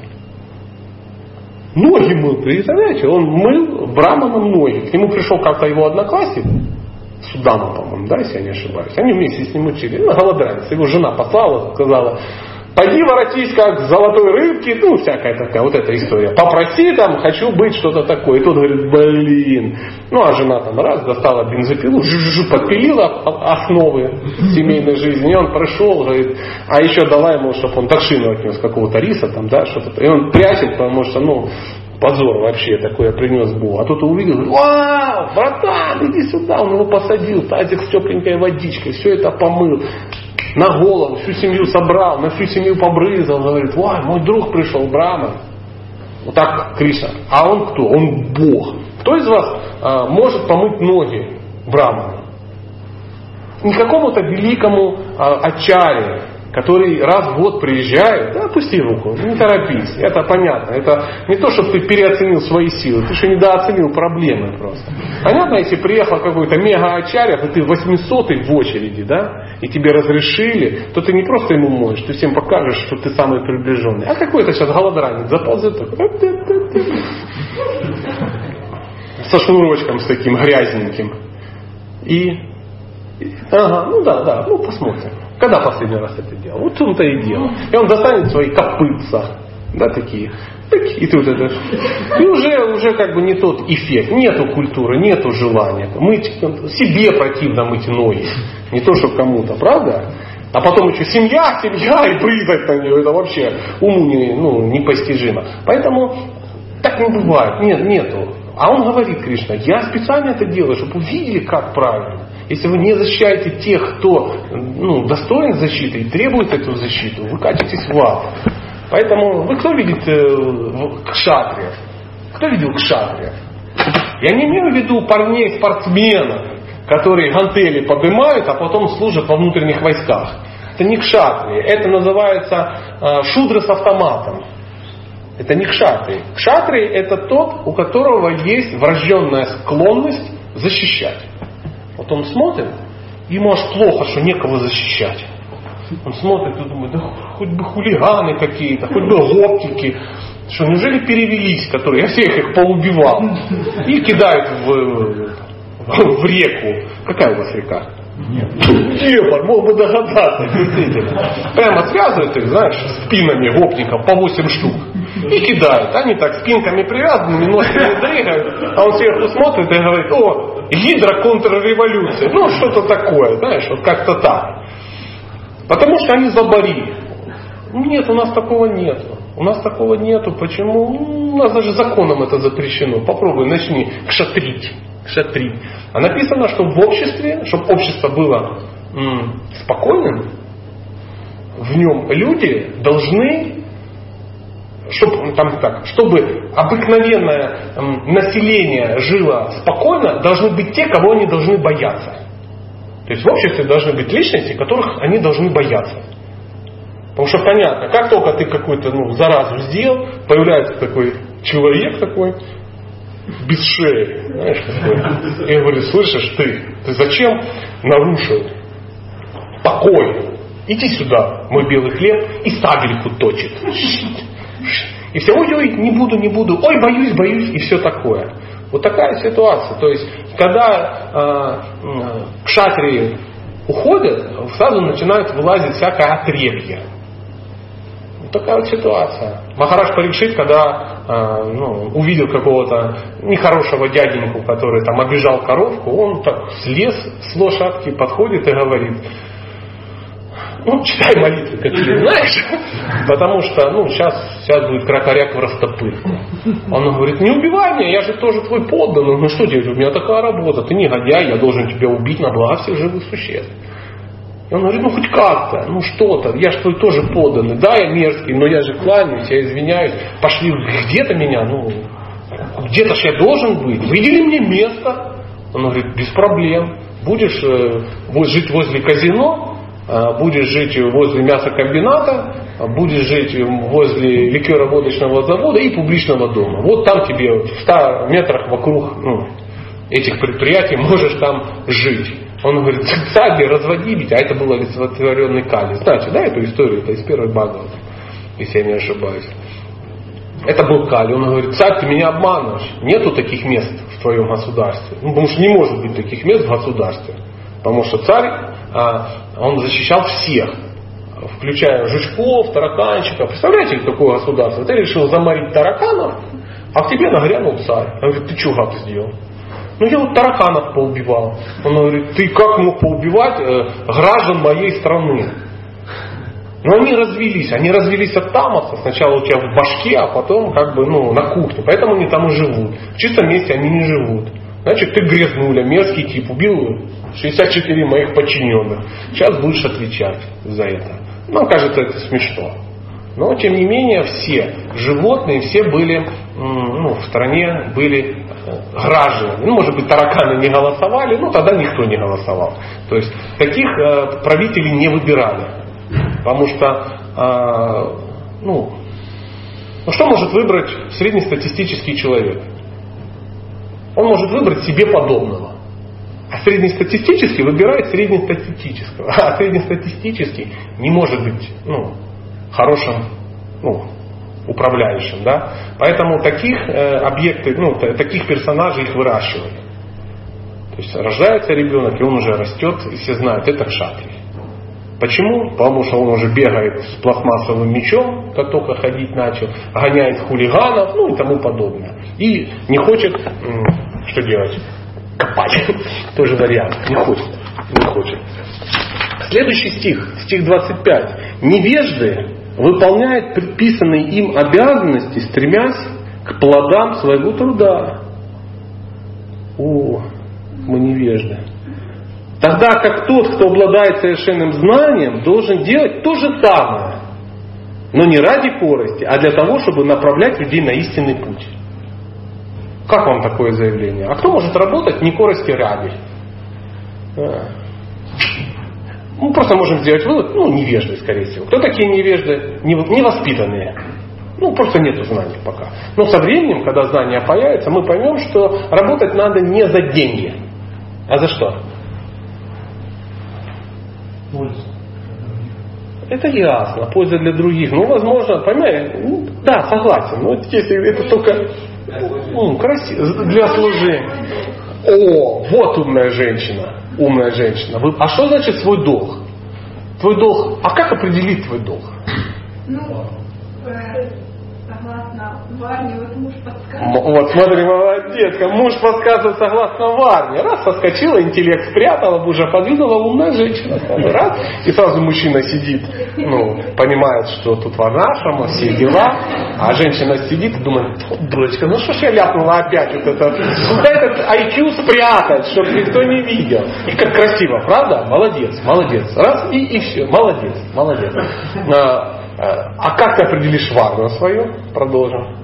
Ноги мыл, представляете? Он мыл браманам ноги. К нему пришел как-то его одноклассник, Судама, по-моему, да, если я не ошибаюсь. Они вместе с ним учили. Голодранец. Его жена послала, сказала, пойди воротись, как золотой рыбки, всякая такая, вот эта история. Попроси там, хочу быть что-то такое. И тот говорит, блин. А жена там раз, достала бензопилу, подпилила основы семейной жизни. И он прошел, говорит, а еще дала ему, чтобы он торшину отнес какого-то риса, там, да, что-то. И он прячет, потому что, позор вообще такое принес был. А тот увидел, говорит, вау, братан, иди сюда. Он его посадил, тазик с тепленькой водичкой, все это помыл. На голову, всю семью собрал, на всю семью побрызал, говорит, ой, мой друг пришел, браман. Вот так Кришна. А он кто? Он Бог. Кто из вас может помыть ноги браману? Не какому-то великому ачарье, который раз в год приезжает, опусти руку, не торопись, это понятно. Это не то, чтобы ты переоценил свои силы, ты еще недооценил проблемы просто. Понятно, если приехал какой-то мега-ачарья, то ты 800-й в очереди, да, и тебе разрешили, то ты не просто ему моешь, ты всем покажешь, что ты самый приближенный. А какой-то сейчас голодранец заползет такой, со шнурочком с таким грязненьким. Посмотрим. Когда последний раз это делал? Вот он-то и делал. И он достанет свои копытца, да, такие. И ты вот это. И уже как бы не тот эффект. Нету культуры, нету желания. Мыть, себе противно мыть ноги. Не то, что кому-то, правда? А потом еще семья и брызгать на нее. Это вообще уму непостижимо. Поэтому так не бывает. Нету. А он говорит, Кришна, я специально это делаю, чтобы увидели, как правильно. Если вы не защищаете тех, кто достоин защиты и требует эту защиту, вы катитесь в ад. Поэтому вы кто видит кшатриев? Кто видел кшатриев? Я не имею в виду парней-спортсменов, которые гантели поднимают, а потом служат во внутренних войсках. Это не кшатрии. Это называется шудры с автоматом. Это не кшатрии. Кшатрии это тот, у которого есть врожденная склонность защищать. Вот он смотрит, ему аж плохо, что некого защищать. Он смотрит и думает, да хоть бы хулиганы какие-то, хоть бы гопники. Что, неужели перевелись, которые, я всех их поубивал. И кидают в реку. Какая у вас река? Нет. Днепр, мог бы догадаться. Прямо связывают их, знаешь, спинами гопников по 8 штук. И кидают. Они так спинками привязаны, носами дрыгают. А он сверху смотрит и говорит, о, гидра контрреволюция. Что-то такое, знаешь, вот как-то так. Потому что они заборили. Нет, у нас такого нету. У нас такого нету. Почему? У нас даже законом это запрещено. Попробуй, начни кшатрить. А написано, что в обществе, чтобы общество было спокойным, в нем люди должны, чтобы обыкновенное население жило спокойно, должны быть те, кого они должны бояться. То есть в обществе должны быть личности, которых они должны бояться. Потому что понятно, как только ты какую-то заразу сделал, появляется такой человек такой, без шеи. Знаешь, такой. Я говорю, слышишь, ты зачем нарушил покой? Иди сюда, мой белый хлеб, и сабельку точит. И все, ой, не буду, ой, боюсь, и все такое. Вот такая ситуация. То есть, когда кшатрии уходят, сразу начинают вылазить всякое отребье. Вот такая вот ситуация. Махарадж Парикшит, когда увидел какого-то нехорошего дяденьку, который там обижал коровку, он так слез с лошадки, подходит и говорит: читай молитвы, какие знаешь, потому что сейчас будет кракоряк в растопырку. Он говорит: не убивай меня, я же тоже твой подданный. Ну что делать, у меня такая работа, ты негодяй, я должен тебя убить на благо всех живых существ. И он говорит: хоть как-то, что-то, я же твой тоже подданный, да, я мерзкий, но я же кланяюсь, я извиняюсь, пошли где-то меня, где-то ж я должен быть, выдели мне место. Он говорит: без проблем, будешь жить возле казино, будешь жить возле мясокомбината, будешь жить возле ликероводочного завода и публичного дома. Вот там тебе в 100 метрах вокруг этих предприятий можешь там жить. Он говорит: саги разводи ведь, а это был олицетворенный Кали. Знаете, да, эту историю? Это из первой Бхагаваты, если я не ошибаюсь. Это был Кали. Он говорит: царь, ты меня обманываешь. Нету таких мест в твоем государстве. Потому что не может быть таких мест в государстве. Потому что царь, он защищал всех, включая жучков, тараканчиков. Представляете, какое государство? Ты решил заморить тараканов, а к тебе нагрянул царь. Он говорит: ты что, гад, сделал? Я вот тараканов поубивал. Он говорит: ты как мог поубивать граждан моей страны? Но они развелись от тамаса. Сначала у тебя в башке, а потом на кухне. Поэтому они там и живут. В чистом месте они не живут. Значит, ты грязнуля, мерзкий тип, убил 64 моих подчиненных. Сейчас будешь отвечать за это. Нам кажется, это смешно. Но, тем не менее, все животные, все были, в стране были граждане. Может быть, тараканы не голосовали, тогда никто не голосовал. То есть, таких правителей не выбирали. Потому что, что может выбрать среднестатистический человек? Он может выбрать себе подобного. А среднестатистический выбирает среднестатистического. А среднестатистический не может быть хорошим управляющим. Да? Поэтому таких таких персонажей их выращивали. То есть рождается ребенок, и он уже растет, и все знают, это кшатрий. Почему? Потому что он уже бегает с пластмассовым мечом, как только ходить начал, гоняет хулиганов, и тому подобное. И не хочет, что делать? Копать. Тоже вариант. Не хочет. Следующий стих 25. Невежды выполняют предписанные им обязанности, стремясь к плодам своего труда. Мы невежды. Тогда как тот, кто обладает совершенным знанием, должен делать то же самое. Но не ради корысти, а для того, чтобы направлять людей на истинный путь. Как вам такое заявление? А кто может работать не корысти ради? Мы просто можем сделать вывод, невежды, скорее всего. Кто такие невежды? Невоспитанные. Просто нету знаний пока. Но со временем, когда знания появятся, мы поймем, что работать надо не за деньги. А за что? Это ясно, польза для других. Возможно, понимаете, да, согласен. Но если это только красиво, для служения. Вот умная женщина. А что значит свой долг? Твой долг. А как определить твой долг? Согласно Варне, муж подсказывает. Вот, смотри, молодец, муж подсказывает согласно Варне. Раз соскочила, интеллект спрятала, уже подвинула, умная женщина. Раз, и сразу мужчина сидит, понимает, что тут варнашрама, все дела, а женщина сидит и думает: дурочка, что ж я ляпнула опять вот это, куда этот IQ спрятать, чтобы никто не видел. И как красиво, правда? Молодец. Раз, и все, молодец. А как ты определишь варну свою? Продолжим.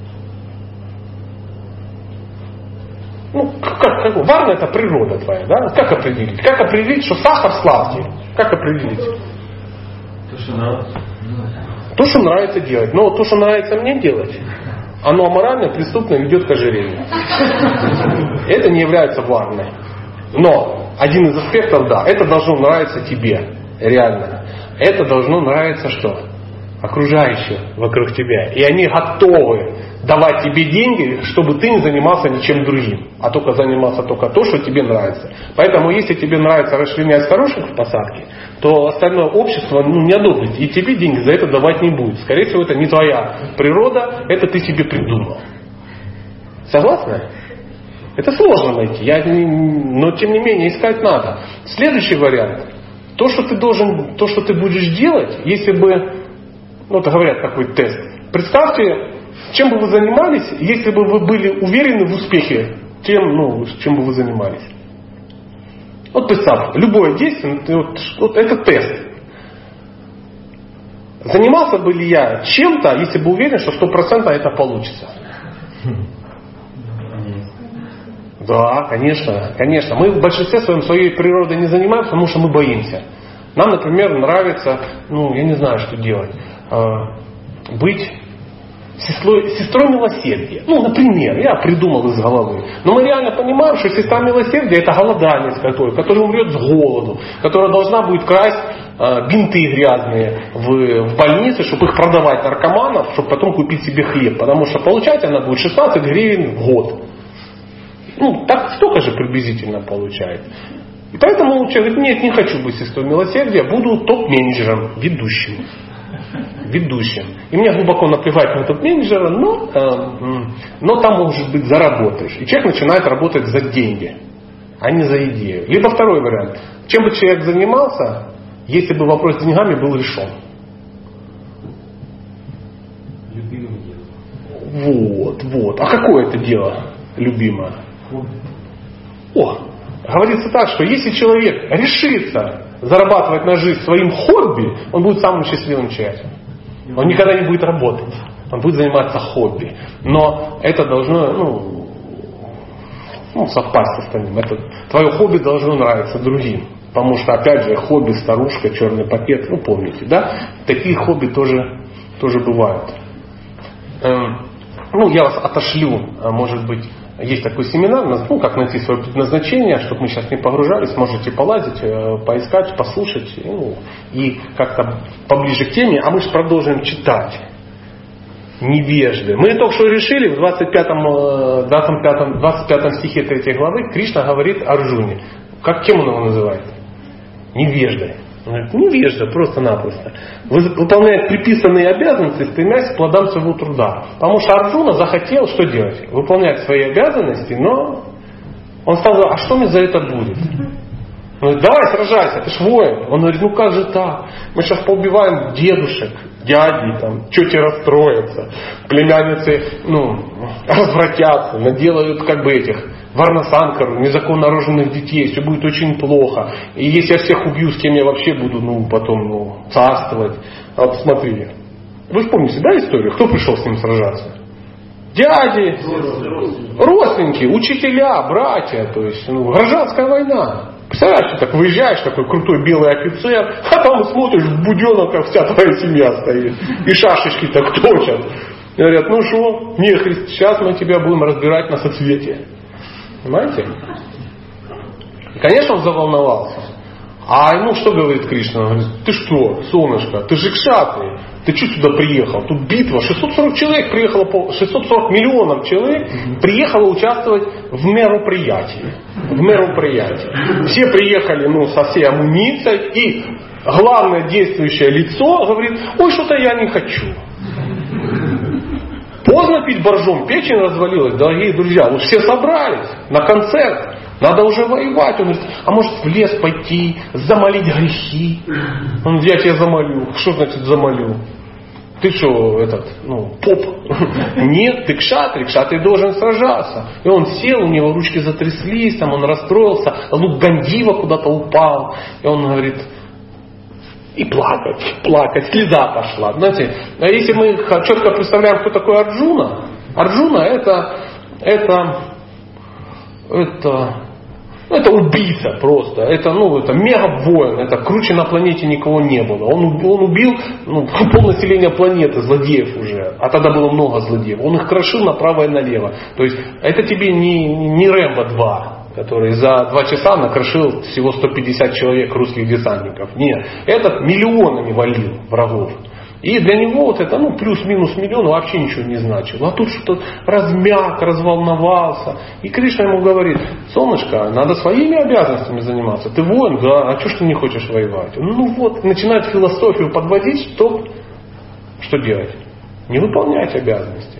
Варна — это природа твоя, да? Как определить? Как определить, что сахар сладкий? Как определить? То, что нравится. То, что нравится делать. Но то, что нравится мне делать, оно аморально, преступно и ведет к ожирению. Это не является ванной. Но один из аспектов, да, это должно нравиться тебе. Реально. Это должно нравиться что? Окружающим вокруг тебя. И они готовы давать тебе деньги, чтобы ты не занимался ничем другим, а только занимался только то, что тебе нравится. Поэтому, если тебе нравится расчленять хороших в посадке, то остальное общество не одобрит. И тебе деньги за это давать не будет. Скорее всего, это не твоя природа, это ты себе придумал. Согласны? Это сложно найти, но тем не менее искать надо. Следующий вариант. То, что ты будешь делать, если бы, это говорят такой тест. Представьте, чем бы вы занимались, если бы вы были уверены в успехе тем, чем бы вы занимались. Вот представь, любое действие, это тест. Занимался бы ли я чем-то, если бы уверен, что 100% это получится? Да, конечно. Мы в большинстве своей природой не занимаемся, потому что мы боимся. Нам, например, нравится, я не знаю, что делать, быть сестрой милосердия. Например, я придумал из головы. Но мы реально понимаем, что сестра милосердия это голоданец который умрет с голоду, которая должна будет красть бинты грязные в больнице, чтобы их продавать наркоманам, чтобы потом купить себе хлеб. Потому что получать она будет 16 гривен в год. Так столько же приблизительно получает. И поэтому человек говорит, нет, не хочу быть сестрой милосердия, буду топ-менеджером, ведущим. И мне глубоко наплевать на топ-менеджера, но там, может быть, заработаешь. И человек начинает работать за деньги, а не за идею. Либо второй вариант. Чем бы человек занимался, если бы вопрос с деньгами был решен? Любимым делом. Вот. А какое это дело любимое? Говорится так, что если человек решится зарабатывать на жизнь своим хобби, он будет самым счастливым человеком. Он никогда не будет работать. Он будет заниматься хобби. Но это должно совпасть с остальным. Твое хобби должно нравиться другим. Потому что, опять же, хобби, старушка, черный пакет, помните, да? Такие хобби тоже бывают. Я вас отошлю, может быть, есть такой семинар, как найти свое предназначение, чтобы мы сейчас не погружались, можете полазить, поискать, послушать, и как-то поближе к теме, а мы же продолжим читать. Невежды. Мы только что решили, в 25 стихе 3 главы Кришна говорит Арджуне. Кем он его называет? Невеждой. Он говорит, невежда, просто-напросто. Выполняет приписанные обязанности, стремясь к плодам своего труда. Потому что Арджуна захотел что делать? Выполнять свои обязанности, но он сказал, а что мне за это будет? Он говорит, давай сражайся, ты ж воин. Он говорит, как же так? Мы сейчас поубиваем дедушек, дяди, тети расстроятся, племянницы развратятся, наделают этих варнасанкару, незаконно рожденных детей, все будет очень плохо. И если я всех убью, с кем я вообще буду потом царствовать? А вот смотрите. Вы же помните, да, историю? Кто пришел с ним сражаться? Дяди, родственники, учителя, братья, то есть гражданская война. Представляешь, ты так выезжаешь, такой крутой белый офицер, а там смотришь, в буденок, как вся твоя семья стоит. И шашечки так точат. Говорят, что, нехрист, сейчас мы тебя будем разбирать на соцветие. Понимаете? И, конечно, он заволновался. А ему что говорит Кришна? Он говорит, ты что, солнышко, ты же кшатри, ты что сюда приехал? Тут битва, 640 человек приехало, 640 миллионов человек приехало участвовать в мероприятии. Все приехали со всей амуницией, и главное действующее лицо говорит, ой, что-то я не хочу. Поздно пить боржом, печень развалилась, дорогие друзья. Вот все собрались на концерт. Надо уже воевать. Он говорит, а может в лес пойти, замолить грехи? Он говорит, я тебя замолю. Что значит замолю? Ты что, поп? Нет, ты кшатрий должен сражаться. И он сел, у него ручки затряслись, он расстроился, лук Гандива куда-то упал. И он говорит, и плакать, слеза пошла. Знаете, если мы четко представляем, кто такой Арджуна, Арджуна это Ну, это убийца просто. Это мега-воин. Это круче на планете никого не было. Он убил полнаселения планеты, злодеев уже. А тогда было много злодеев. Он их крошил направо и налево. То есть это тебе не Рэмбо 2, который за 2 часа накрошил всего 150 человек русских десантников. Нет. Этот миллионами валил врагов. И для него вот это, плюс-минус миллион вообще ничего не значило. А тут что-то размяк, разволновался. И Кришна ему говорит: солнышко, надо своими обязанностями заниматься. Ты воин, да, а что ж ты не хочешь воевать? Начинает философию подводить, что делать? Не выполнять обязанности.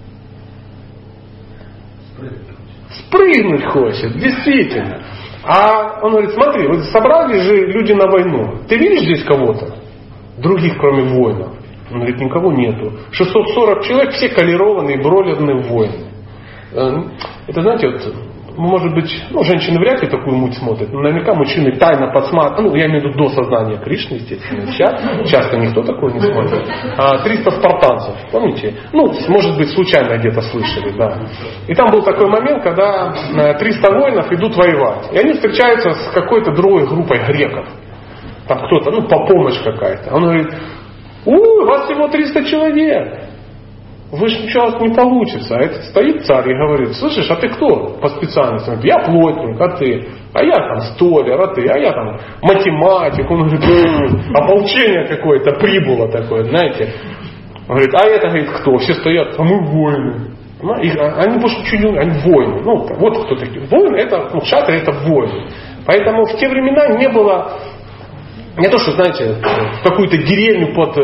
Спрыгнуть хочет, действительно. А он говорит: смотри, вот собрались же люди на войну. Ты видишь здесь кого-то? Других, кроме воинов. Он говорит: никого нету. 640 человек, все колерованные, бройлерные воины. Это, знаете, может быть, женщины вряд ли такую муть смотрят. Но наверняка мужчины тайно подсматривают. Я имею в виду до сознания Кришны, естественно. Часто никто такое не смотрит. 300 спартанцев, помните? Может быть, случайно где-то слышали, да. И там был такой момент, когда 300 воинов идут воевать. И они встречаются с какой-то другой группой греков. Там кто-то, помощь какая-то. Он говорит: у вас всего 300 человек. Вы же ничего не получится. А этот стоит царь и говорит: слышишь, а ты кто по специальности? Он говорит: я плотник, а ты? А я там столяр, а ты? А я там математик. Он говорит: ополчение какое-то прибыло такое, знаете. Он говорит: а это, говорит, кто? Все стоят: а мы воины. Они больше ничего не... Они воины. Вот кто такие. Воин это, кшатры это воины. Поэтому в те времена не было... Не то, что, знаете, в какую-то деревню под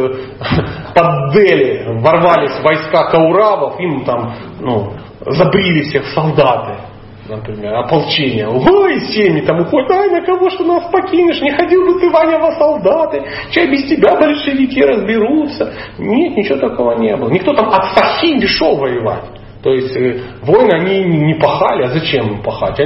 Дели ворвались войска кауравов, им там, забрили всех солдаты, например, ополчение. Ой, семьи там уходят: ай, на кого что нас покинешь, не ходил бы ты, Ваня, во солдаты, чай без тебя большевики разберутся. Нет, ничего такого не было. Никто там от Сахи не шел воевать. То есть войны они не пахали, а зачем им пахать?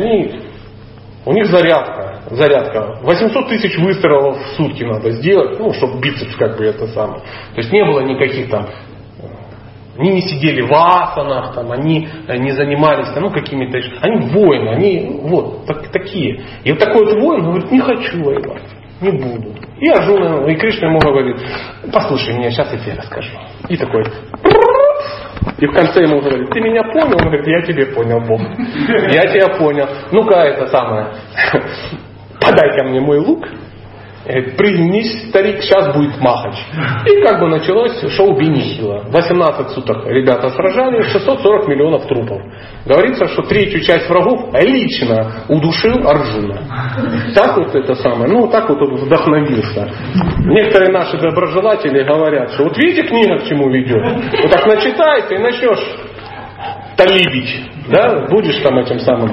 У них зарядка. 800 тысяч выстрелов в сутки надо сделать, чтобы бицепс это самое. То есть не было никаких там, они не сидели в асанах, они не занимались какими-то, они воины, они такие. И вот такой вот воин говорит: не хочу воевать, не буду. И Арджуна, и Кришна ему говорит: послушай меня, сейчас я тебе расскажу. И такой... И в конце ему говорит: ты меня понял? Он говорит: я тебе понял, Бог. Я тебя понял. Ну-ка, это самое... Подай-ка мне мой лук. Пригнись, старик, сейчас будет махач. И началось шоу Бенихила. 18 суток ребята сражались, 640 миллионов трупов. Говорится, что 3/3 часть врагов лично удушил Арджуна. Так вот это самое. Так вот он вдохновился. Некоторые наши доброжелатели говорят, что вот видите, книга к чему ведет. Вот так начитайся и начнешь талибить. Да? Будешь там этим самым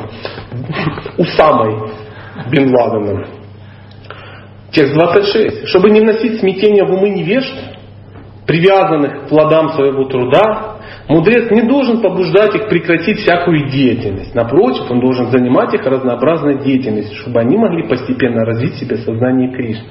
Усамой Бин Ладеном. Текст 26. Чтобы не вносить смятения в умы невежд, привязанных к плодам своего труда, мудрец не должен побуждать их прекратить всякую деятельность. Напротив, он должен занимать их разнообразной деятельностью, чтобы они могли постепенно развить в себе сознание Кришны.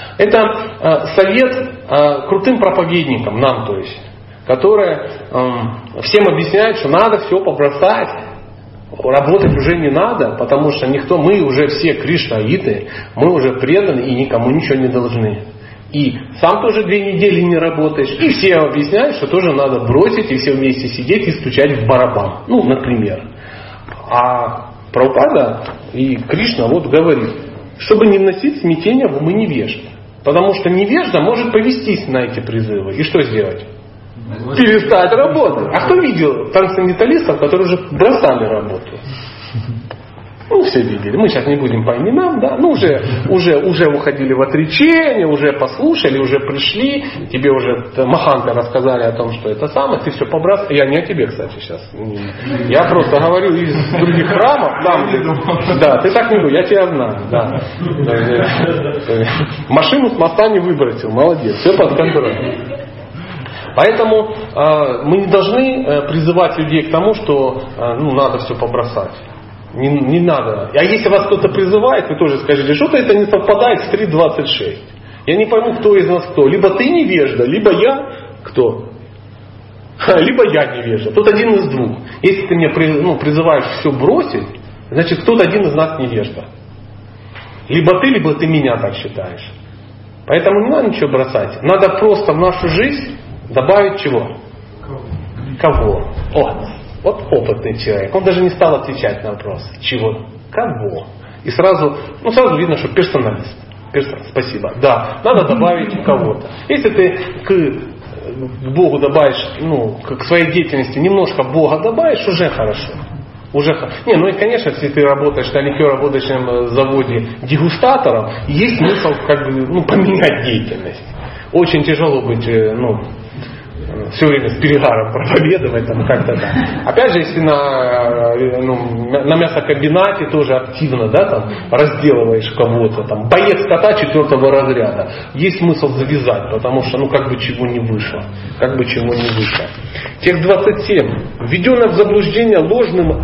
Это совет крутым проповедникам, нам то есть, которые всем объясняют, что надо все побросать. Работать уже не надо, потому что мы уже все кришнаиты, мы уже преданы и никому ничего не должны. И сам тоже 2 недели не работаешь, и все объясняют, что тоже надо бросить и все вместе сидеть и стучать в барабан. Например. А Прабхупада и Кришна говорит, чтобы не вносить смятения в умы невежд. Потому что невежда может повестись на эти призывы. И что сделать? Перестать работать. А кто видел трансценденталистов, которые уже бросали работу? Все видели. Мы сейчас не будем по именам, да? Уже уходили в отречение, уже послушали, уже пришли. Тебе уже маханты рассказали о том, что это самое. Ты все побросал. Я не о тебе, кстати, сейчас. Я просто говорю из других храмов. Там, да, ты так не будешь. Я тебя знаю. Да. Машину с моста не выбросил. Молодец. Все под контролем. Поэтому мы не должны призывать людей к тому, что надо все побросать. Не надо. А если вас кто-то призывает, вы тоже скажите, что-то это не совпадает с 3.26. Я не пойму, кто из нас кто. Либо ты невежда, либо я кто? Либо я невежда. Тут один из двух. Если ты меня призываешь все бросить, Значит, кто-то один из нас невежда. Либо ты меня так считаешь. Поэтому не надо ничего бросать. Надо просто в нашу жизнь добавить чего? Кого? Вот опытный человек. Он даже не стал отвечать на вопрос. Чего? Кого? И сразу видно, что персоналист. Спасибо. Да, надо добавить кого-то. Если ты к Богу добавишь, к своей деятельности немножко Бога добавишь, уже хорошо. И, конечно, если ты работаешь на ликероводочном заводе дегустатором, есть смысл поменять деятельность. Очень тяжело быть, все время с перегаром проповедовать, как-то так. Опять же, если на мясокомбинате тоже активно, разделываешь кого-то, боец кота 4-го разряда, есть смысл завязать, потому что, чего не вышло. Тех 27. Введенное в заблуждение ложным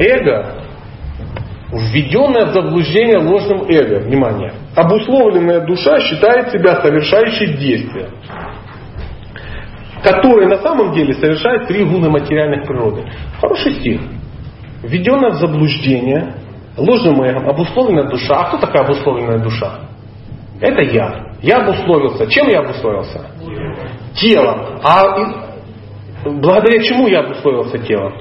эго, внимание, обусловленная душа считает себя совершающей действия, которые на самом деле совершают 3 гуны материальных природы. Хороший стих. Введенная в заблуждение ложным эгом обусловленная душа. А кто такая обусловленная душа? Это я. Я обусловился. Чем я обусловился? Телом. Благодаря чему я обусловился телом?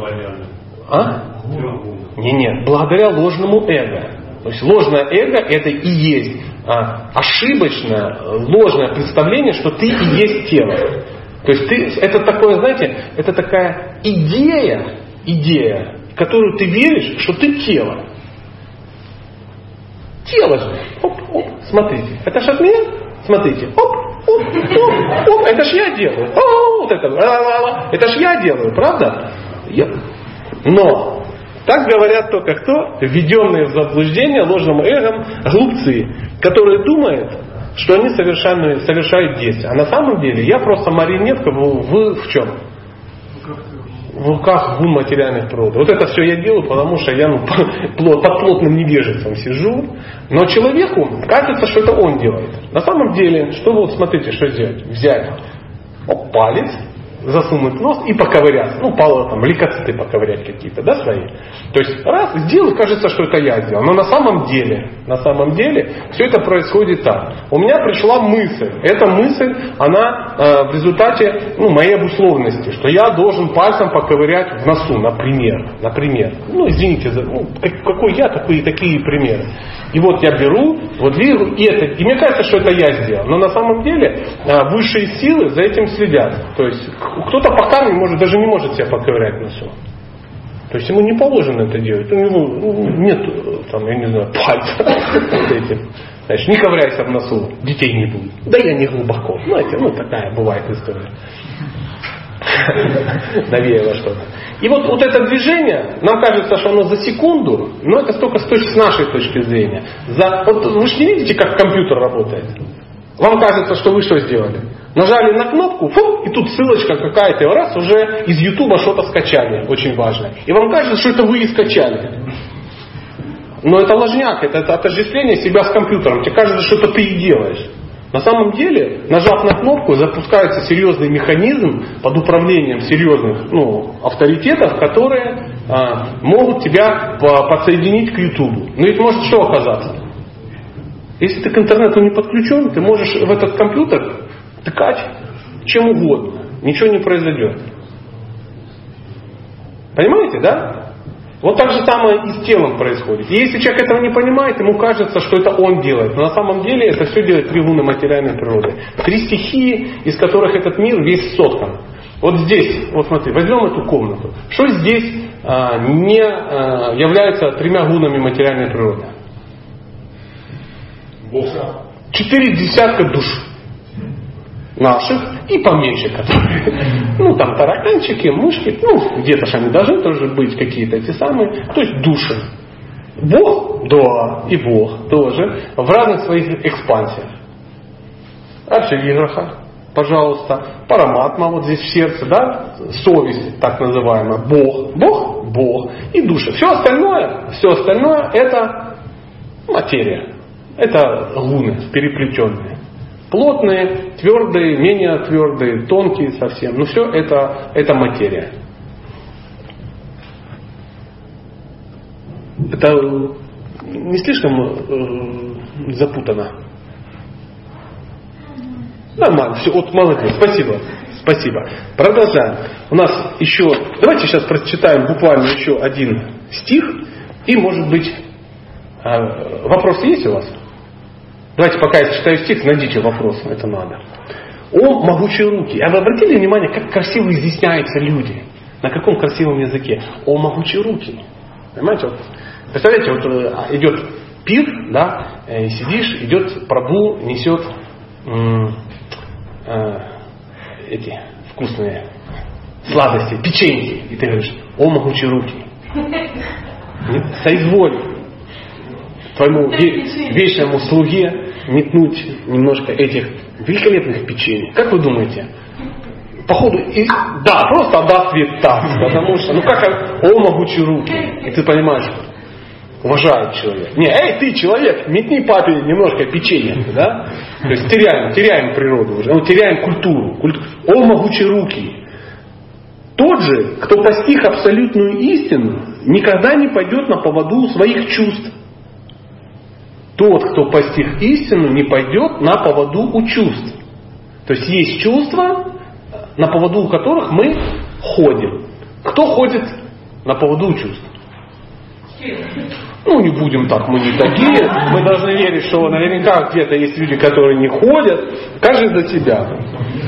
Нет. Благодаря ложному эго. То есть ложное эго это и есть ошибочное, ложное представление, что ты и есть тело. То есть это такое, знаете, это такая идея, которую ты веришь, что ты тело. Тело же. Смотрите. Это ж от меня? Смотрите. Это ж я делаю. Это ж я делаю, правда? Но так говорят только кто? Введенные в заблуждение ложным эгом глупцы, которые думают, что они совершают действия. А на самом деле я просто марионетка в чем? В руках гун материальных природ. Вот это все я делаю, потому что я под плотным невежеством сижу. Но человеку кажется, что это он делает. На самом деле, смотрите, что сделать. Взять палец, засунуть в нос и поковырять. Лейкоциты поковырять какие-то, свои. То есть раз, сделай, кажется, что это я сделал. Но на самом деле, все это происходит так. У меня пришла мысль. Эта мысль, она в результате моей обусловленности, что я должен пальцем поковырять в носу, например. Извините, какой я, такие примеры. И вот я беру, двигаю, и мне кажется, что это я сделал. Но на самом деле высшие силы за этим следят. То есть кто-то пока даже не может себя поковырять в носу. То есть ему не положено это делать. У него нет, пальца с этим. Значит, не ковыряйся в носу, детей не будет. Да я не глубоко. Знаете, такая бывает история. Навеяло что-то. И вот это движение, нам кажется, что оно за секунду, но это только с нашей точки зрения. Вы же не видите, как компьютер работает. Вам кажется, что вы что сделали? Нажали на кнопку, и тут ссылочка какая-то, и раз уже из Ютуба что-то скачали, очень важно. И вам кажется, что это вы и скачали. Но это ложняк, это отождествление себя с компьютером. Тебе кажется, что это ты и делаешь. На самом деле, нажав на кнопку, запускается серьезный механизм под управлением серьезных авторитетов, которые могут тебя подсоединить к Ютубу. Но ведь может что оказаться? Если ты к интернету не подключен, ты можешь в этот компьютер тыкать чем угодно. Ничего не произойдет. Понимаете, да? Вот так же самое и с телом происходит. И если человек этого не понимает, ему кажется, что это он делает. Но на самом деле это все делает 3 гуны материальной природы. 3 стихии, из которых этот мир весь соткан. Вот здесь, смотри, возьмем эту комнату. Что здесь не является 3 гунами материальной природы? 4 десятка душ наших и поменьше, которые, тараканчики, мышки, где-то же они должны тоже быть какие-то эти самые, то есть души. Бог, да, и Бог тоже, в разных своих экспансиях. Адживиграха, пожалуйста, Параматма здесь в сердце, да, совесть так называемая, Бог и души. Все остальное это материя, это гуны переплетенные. Плотные, твердые, менее твердые, тонкие совсем. Но все это материя. Это не слишком запутано? Нормально, все, вот молодец, спасибо. Продолжаем. У нас еще, давайте сейчас прочитаем буквально еще один стих, и может быть, вопросы есть у вас? Давайте пока я читаю стих, найдите вопрос, это надо. О, могучие руки. А вы обратили внимание, как красиво изъясняются люди? На каком красивом языке? О, могучие руки. Понимаете, вот, представляете, вот идет пир, да, и сидишь, идет Прабху, несет эти вкусные сладости, печеньки. И ты говоришь, о, могучие руки. Соизволь твоему вечному слуге метнуть немножко этих великолепных печений. Как вы думаете? Походу, да, просто отдаст ответ так. Потому что, о, могучие руки. И ты понимаешь, уважает человек. Не, эй, ты человек, метни папе немножко печенья, да? То есть теряем природу уже, теряем культуру. О, могучие руки. Тот же, кто постиг абсолютную истину, никогда не пойдет на поводу своих чувств. Тот, кто постиг истину, не пойдет на поводу у чувств. То есть есть чувства, на поводу у которых мы ходим. Кто ходит на поводу у чувств? Не будем так, мы не такие. Мы должны верить, что наверняка где-то есть люди, которые не ходят. Каждый за себя.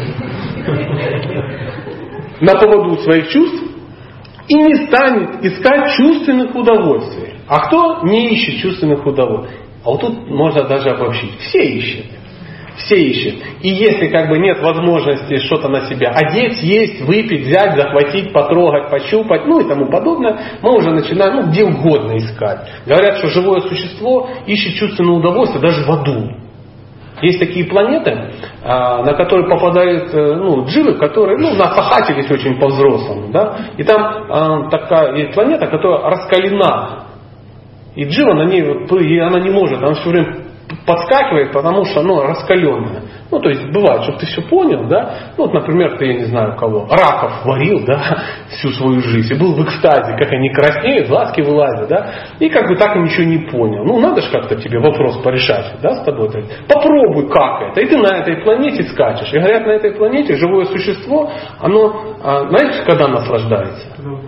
На поводу своих чувств и не станет искать чувственных удовольствий. А кто не ищет чувственных удовольствий? А вот тут можно даже обобщить. Все ищут. И если нет возможности что-то на себя одеть, есть, выпить, взять, захватить, потрогать, пощупать, и тому подобное, мы уже начинаем где угодно искать. Говорят, что живое существо ищет чувственное удовольствие даже в аду. Есть такие планеты, на которые попадают дживы, которые насахатились очень по-взрослому. Да? И там такая есть планета, которая раскалена. И джива на ней, она не может, она все время подскакивает, потому что оно раскаленное. То есть бывает, чтобы ты все понял, да? Например, ты, я не знаю кого, раков варил, да, всю свою жизнь, и был в экстазе, как они краснеют, глазки вылазят, да, и так и ничего не понял. Надо же как-то тебе вопрос порешать, да, с тобой. Попробуй, как это. И ты на этой планете скачешь. И говорят, на этой планете живое существо, оно, знаете, когда наслаждается?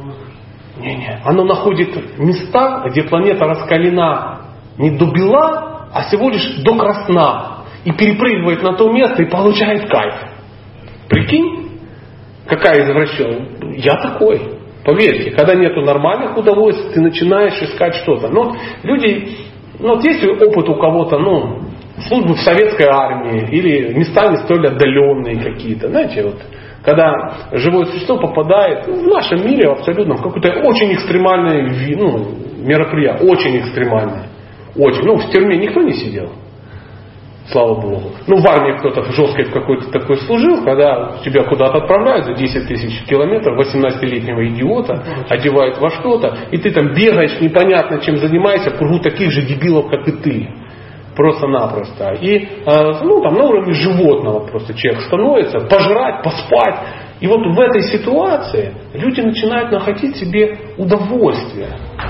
Оно находит места, где планета раскалена не до бела, а всего лишь до красна. И перепрыгивает на то место и получает кайф. Прикинь, какая извращенная. Я такой. Поверьте, когда нету нормальных удовольствий, ты начинаешь искать что-то. Люди, есть опыт у кого-то, службы в советской армии или местами столь отдаленные какие-то. Знаете, когда живое существо попадает в нашем мире абсолютно в какое-то очень экстремальное мероприятие. Очень экстремальное. Очень. В тюрьме никто не сидел. Слава Богу. В армии кто-то жесткой в какой-то такой служил, когда тебя куда-то отправляют за 10 тысяч километров, 18-летнего идиота, одевают во что-то, и ты там бегаешь, непонятно чем занимаешься, в кругу таких же дебилов, как и ты. Просто-напросто. И на уровне животного просто человек становится, пожрать, поспать. И в этой ситуации люди начинают находить себе удовольствие.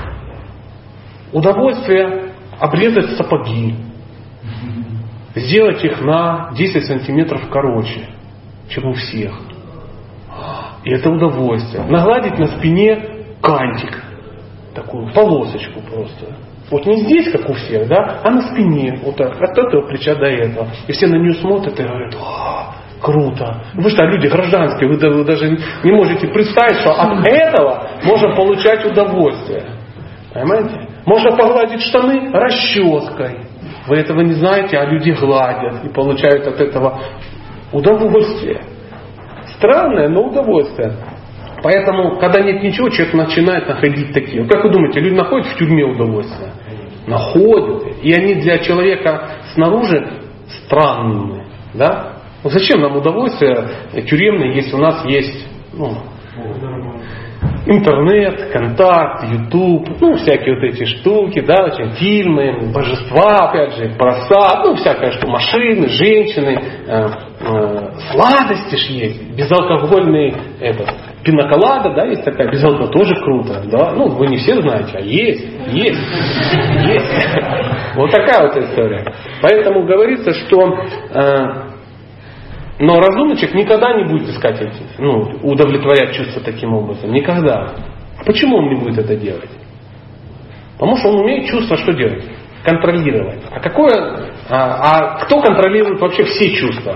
Удовольствие обрезать сапоги, сделать их на 10 сантиметров короче, чем у всех. И это удовольствие. Нагладить на спине кантик, такую полосочку просто. Не здесь, как у всех, да, а на спине, так, от этого плеча до этого. И все на нее смотрят и говорят, круто. Вы что, люди гражданские, вы даже не можете представить, что от этого можно получать удовольствие. Понимаете? Можно погладить штаны расческой. Вы этого не знаете, а люди гладят и получают от этого удовольствие. Странное, но удовольствие. Поэтому, когда нет ничего, человек начинает находить такие. Как вы думаете, люди находят в тюрьме удовольствие? Находят. И они для человека снаружи странные. Да? Зачем нам удовольствие тюремное, если у нас есть интернет, контакт, YouTube, всякие эти штуки, да, фильмы, божества, опять же, просад, всякое, что машины, женщины, сладости ж есть, безалкогольный пинаколада, да, есть такая, безалкогольная, тоже круто, да, ну, вы не все знаете, а есть. Вот такая вот история. Поэтому говорится, что но разумный человек никогда не будет искать удовлетворять чувства таким образом, никогда. Почему он не будет это делать? Потому что он умеет чувства что делать? Контролировать. А кто контролирует вообще все чувства?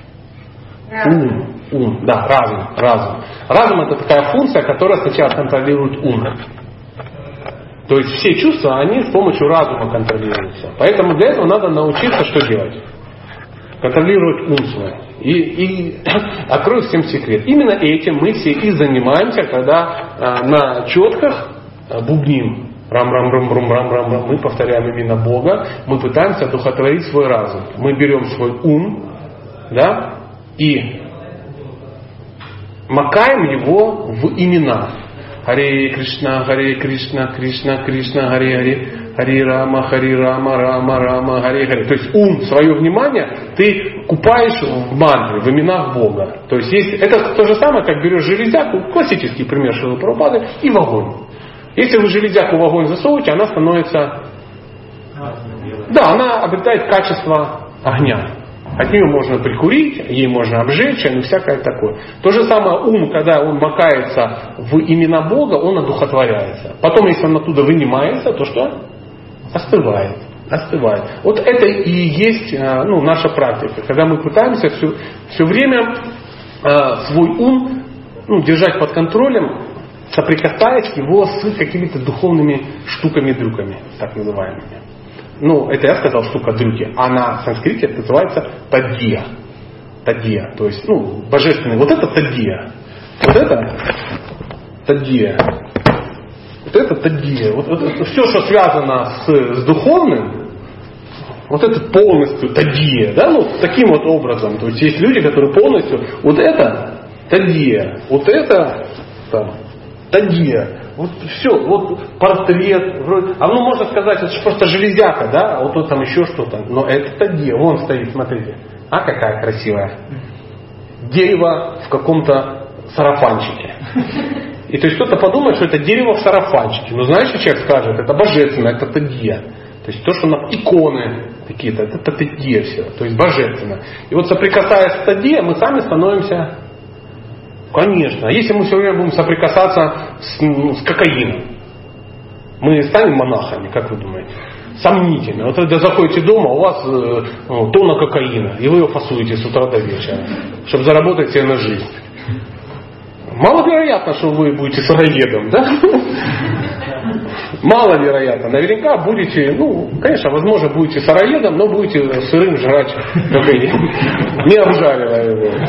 Ум, да, разум. Разум это такая функция, которая сначала контролирует ум. То есть все чувства, они с помощью разума контролируются. Поэтому для этого надо научиться что делать? Контролировать ум свой. И открою всем секрет. Именно этим мы все и занимаемся, когда на четках бубним. Рам-рам-рам-рам-рам-рам. Мы повторяем именно Бога. Мы пытаемся одухотворить свой разум. Мы берем свой ум, да, и макаем его в имена. Харе Кришна, Кришна Кришна, Харе Рама, Рама Рама, Харе. То есть ум, свое внимание ты купаешь в мантре, в именах Бога. То есть это то же самое, как берешь железяку, классический пример Шрилы Прабхупады, и в огонь. Если вы железяку в огонь засовываете, она становится... Да, она обретает качество огня. От нее можно прикурить, ей можно обжечь, и всякое такое. То же самое ум, когда он макается в имена Бога, он одухотворяется. Потом, если он оттуда вынимается, то что? Остывает. Вот это и есть наша практика. Когда мы пытаемся все время свой ум держать под контролем, соприкасаясь его с какими-то духовными штуками-дрюками, так называемыми. Это я сказал штука-дрюки, а на санскрите это называется таддия. Таддия, то есть, божественный. Вот это таддия. Вот это таддия. Вот это таддия. Вот все, что связано с духовным, вот это полностью таддия. Да? Таким вот образом. То есть есть люди, которые полностью, вот это таддия, вот это таддия. Вот все, вот портрет, вроде. Можно сказать, это же просто железяка, да, а вот тут там еще что-то. Но это таддия, вон стоит, смотрите. А какая красивая. Дерево в каком-то сарафанчике. И то есть кто-то подумает, что это дерево в сарафанчике. Но знаешь, что человек скажет, это божественно, это таддия. То есть то, что на иконы какие-то, это таддия все. То есть божественно. И вот соприкасаясь с таддией, мы сами становимся... Конечно. А если мы все время будем соприкасаться с кокаином, мы станем монахами, как вы думаете? Сомнительно. Вот когда заходите дома, у вас тонна кокаина, и вы ее фасуете с утра до вечера, чтобы заработать себе на жизнь. Маловероятно, что вы будете сыроедом, да? Маловероятно. Наверняка будете, конечно, возможно, будете сыроедом, но будете сырым жрать кокаин, не обжаривая его.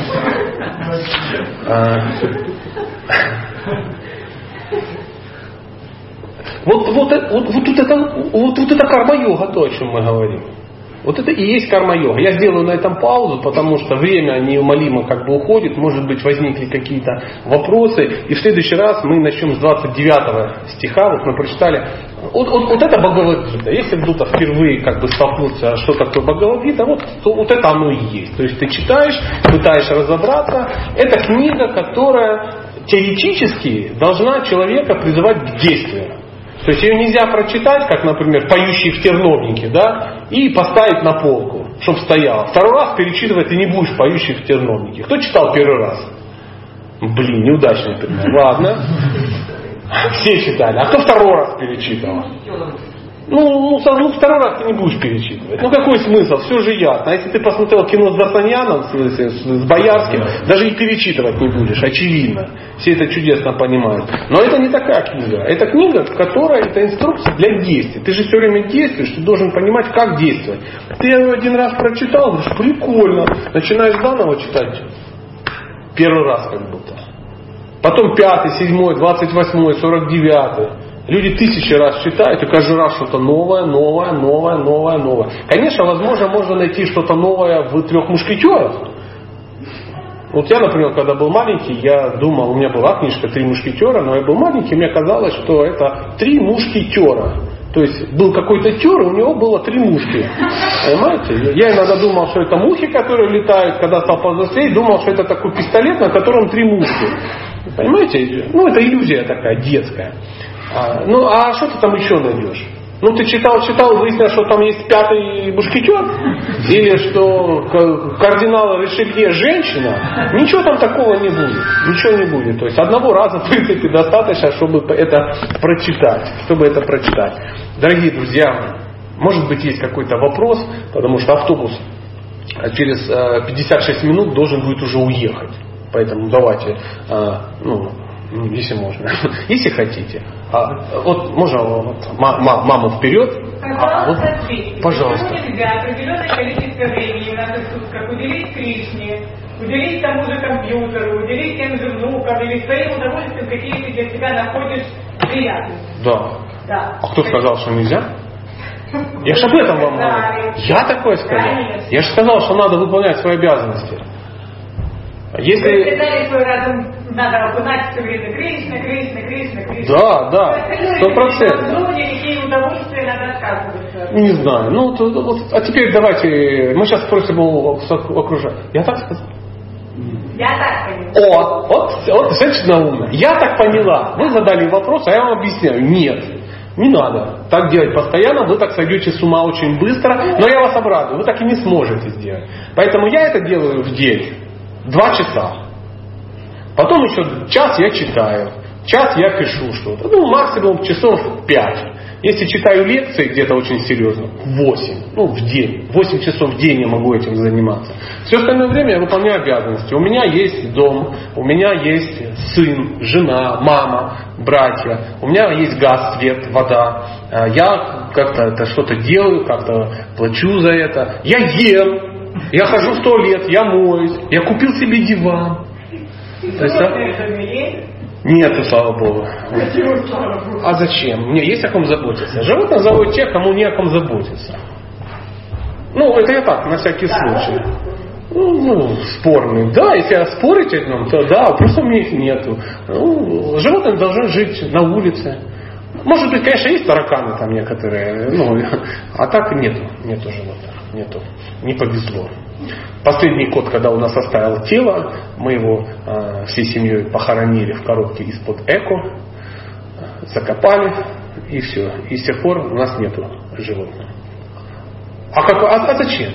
Вот это карма-йога, то, о чем мы говорим. Вот это и есть карма-йога. Я сделаю на этом паузу, потому что время неумолимо уходит, может быть, возникли какие-то вопросы. И в следующий раз мы начнем с 29 стиха. Вот мы прочитали. Вот это Бхагавад-гита. Если кто-то впервые столкнулся, что такое Бхагавад-гита, вот это оно и есть. То есть ты читаешь, пытаешься разобраться. Это книга, которая теоретически должна человека призывать к действию. То есть ее нельзя прочитать, как, например, «Поющий в терновнике», да, и поставить на полку, чтобы стояло. Второй раз перечитывать ты не будешь «Поющий в терновнике». Кто читал первый раз? Неудачный пример. Ладно. Все читали. А кто второй раз перечитывал? Второй раз ты не будешь перечитывать. Какой смысл? Все же ясно. А если ты посмотрел кино с Д'Артаньяном, с Боярским, даже и перечитывать не будешь. Очевидно. Все это чудесно понимают. Но это не такая книга. Это книга, это инструкция для действий. Ты же все время действуешь, ты должен понимать, как действовать. Ты ее один раз прочитал, говоришь, прикольно. Начинаешь заново читать. Первый раз как будто. Потом 5, 7, 28, 49. Люди 1000 раз читают, и каждый раз что-то новое. Конечно, возможно, можно найти что-то новое в «Трех мушкетерах». Вот я, например, когда был маленький, я думал, у меня была книжка «Три мушкетера», но я был маленький, мне казалось, что это 3 мушкетера. То есть был какой-то тер, и у него было 3 мушки. Понимаете? Я иногда думал, что это мухи, которые летают, когда стал повзрослеть, думал, что это такой пистолет, на котором 3 мушки. Понимаете? Ну, это иллюзия такая детская. Ну, а что ты там еще найдешь? Ну, ты читал, выяснилось, что там есть 5-й мушкетер, или что кардинал Ришелье женщина. Ничего там такого не будет. Ничего не будет. То есть одного раза, в принципе, достаточно, чтобы это прочитать. Дорогие друзья, может быть, есть какой-то вопрос, потому что автобус через 56 минут должен будет уже уехать. Поэтому давайте, если можно, если хотите. Вот можно маму вперед. Пожалуйста. Почему нельзя определенное количество времени в наших сутках уделить Кришне, уделить тому же компьютеру, уделить тем же внукам или своим удовольствиям, какие ты для себя находишь приятными? Да. А кто сказал, что нельзя? Я же об этом вам говорю. Я такое сказал. Конечно. Я же сказал, что надо выполнять свои обязанности. Если... Вы сказали, что разум надо окунать все время Кришна. Да, 100%. Ну, никакие удовольствия надо отказываться. Не знаю. А теперь давайте, мы сейчас спросим у окружающих. Я так сказал? Я так поняла. Вот женщина умная. Я так поняла. Вы задали вопрос, а я вам объясняю. Нет. Не надо так делать постоянно, вы так сойдете с ума очень быстро, но я вас обрадую, вы так и не сможете сделать. Поэтому я это делаю в день 2 часа. Потом еще час я читаю, час я пишу что-то. Максимум часов 5. Если читаю лекции где-то очень серьезно, 8. В день. 8 часов в день я могу этим заниматься. Все остальное время я выполняю обязанности. У меня есть дом, у меня есть сын, жена, мама, братья. У меня есть газ, свет, вода. Я как-то это что-то делаю, как-то плачу за это. Я ем, я хожу в туалет, я моюсь, я купил себе диван. Нету, слава Богу. А зачем? Мне есть о ком заботиться. Животных зовут тех, кому не о ком заботиться. Это я так, на всякий случай. Спорный. Да, если спорить о нем, то да, просто у меня их нету. Животные должны жить на улице. Может быть, конечно, есть тараканы там некоторые, а так нету животных. Нету. Не повезло. Последний кот, когда у нас оставил тело, мы его всей семьей похоронили в коробке из-под эко, закопали и все. И с тех пор у нас нету животных. А зачем?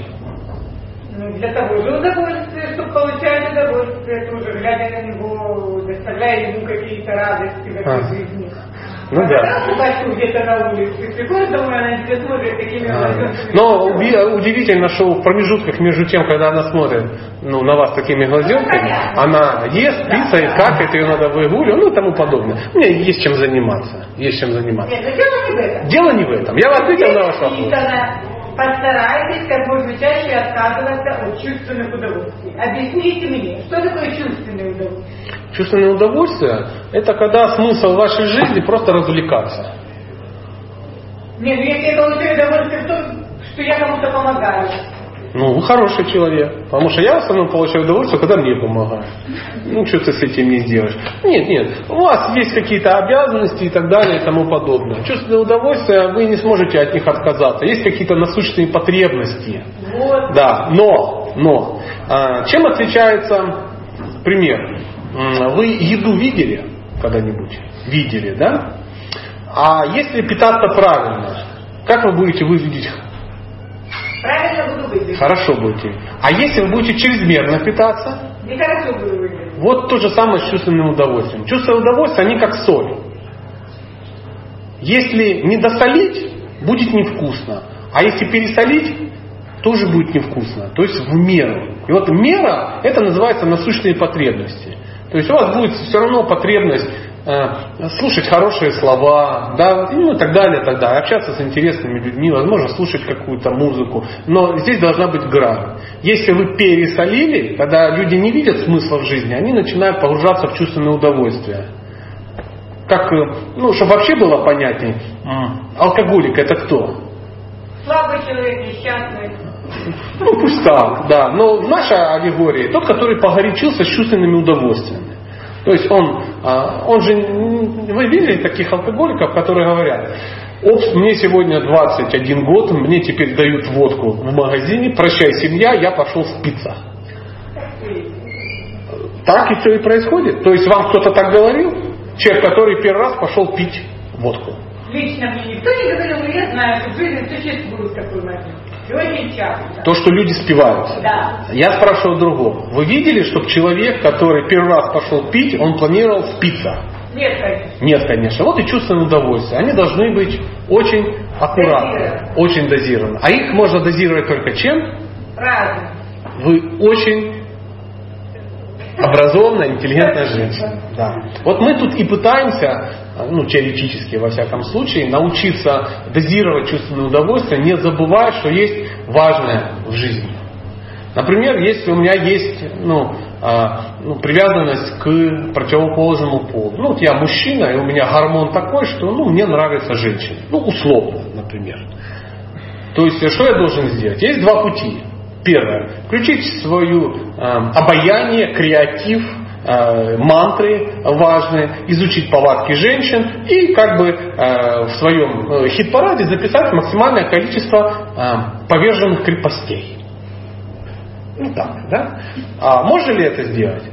Для того же удовольствия, чтобы получать удовольствие, тоже глядя на него, доставляя ему какие-то радости в этой жизни. Да. Где-то на улице, приходит домой, она тебе смотрит такими глазами. Но удивительно, что в промежутках между тем, когда она смотрит на вас такими глазенками, она ест, спится, и какает, ее надо выгуливать, и тому подобное. У меня есть чем заниматься. Нет, дело не в этом. Дело не в этом. Я ответил на ваш вопрос. Постарайтесь как можно чаще отказываться от чувственных удовольствий. Объясните мне, что такое чувственное удовольствие? Чувственное удовольствие – это когда смысл вашей жизни просто развлекаться. Нет, если я получаю удовольствие в том, что я кому-то помогаю. Вы хороший человек. Потому что я в основном получаю удовольствие, когда мне помогают. Что ты с этим не сделаешь? Нет. У вас есть какие-то обязанности и так далее и тому подобное. Чувственное удовольствие, вы не сможете от них отказаться. Есть какие-то насущные потребности. Вот. Да, но. Чем отличается, пример? Вы еду видели когда-нибудь? Видели, да? А если питаться правильно, как вы будете выглядеть? Правильно буду выглядеть. Хорошо будете. А если вы будете чрезмерно питаться? Нехорошо буду выглядеть. Вот то же самое с чувственным удовольствием. Чувство удовольствия, они как соль. Если не досолить, будет невкусно. А если пересолить, тоже будет невкусно. То есть в меру. И вот мера, это называется насущные потребности. То есть у вас будет все равно потребность слушать хорошие слова, да, и так далее, общаться с интересными людьми, возможно, слушать какую-то музыку. Но здесь должна быть грань. Если вы пересолили, когда люди не видят смысла в жизни, они начинают погружаться в чувственное удовольствие. Как, чтобы вообще было понятнее, алкоголик это кто? Слабый человек, несчастный. Пусть так, да. Но в нашей аллегории тот, который погорячился с чувственными удовольствиями. То есть он же, вы видели таких алкоголиков, которые говорят: мне сегодня 21 год, мне теперь дают водку в магазине, прощай, семья, я пошел спиться. Так и все и происходит. То есть вам кто-то так говорил? Человек, который первый раз пошел пить водку. Лично мне никто не говорил, но я знаю, что в жизни существует такой момент. И очень часто. То, что люди спиваются. Да. Я спрашиваю другого. Вы видели, чтобы человек, который первый раз пошел пить, он планировал спиться? Нет, конечно. Нет, конечно. Вот и чувственное удовольствие. Они должны быть очень аккуратны, очень дозированы. А их можно дозировать только чем? Разум. Вы очень образованная, интеллигентная женщина. Да. Вот мы тут и пытаемся, теоретически во всяком случае, научиться дозировать чувственное удовольствие, не забывая, что есть важное в жизни. Например, если у меня есть привязанность к противоположному полу. Я мужчина, и у меня гормон такой, что мне нравятся женщины. Условно, например. То есть, что я должен сделать? Есть два пути. Первое. Включить свое обаяние, креатив, мантры важные, изучить повадки женщин и в своем хит-параде записать максимальное количество поверженных крепостей. Так, да? А можно ли это сделать?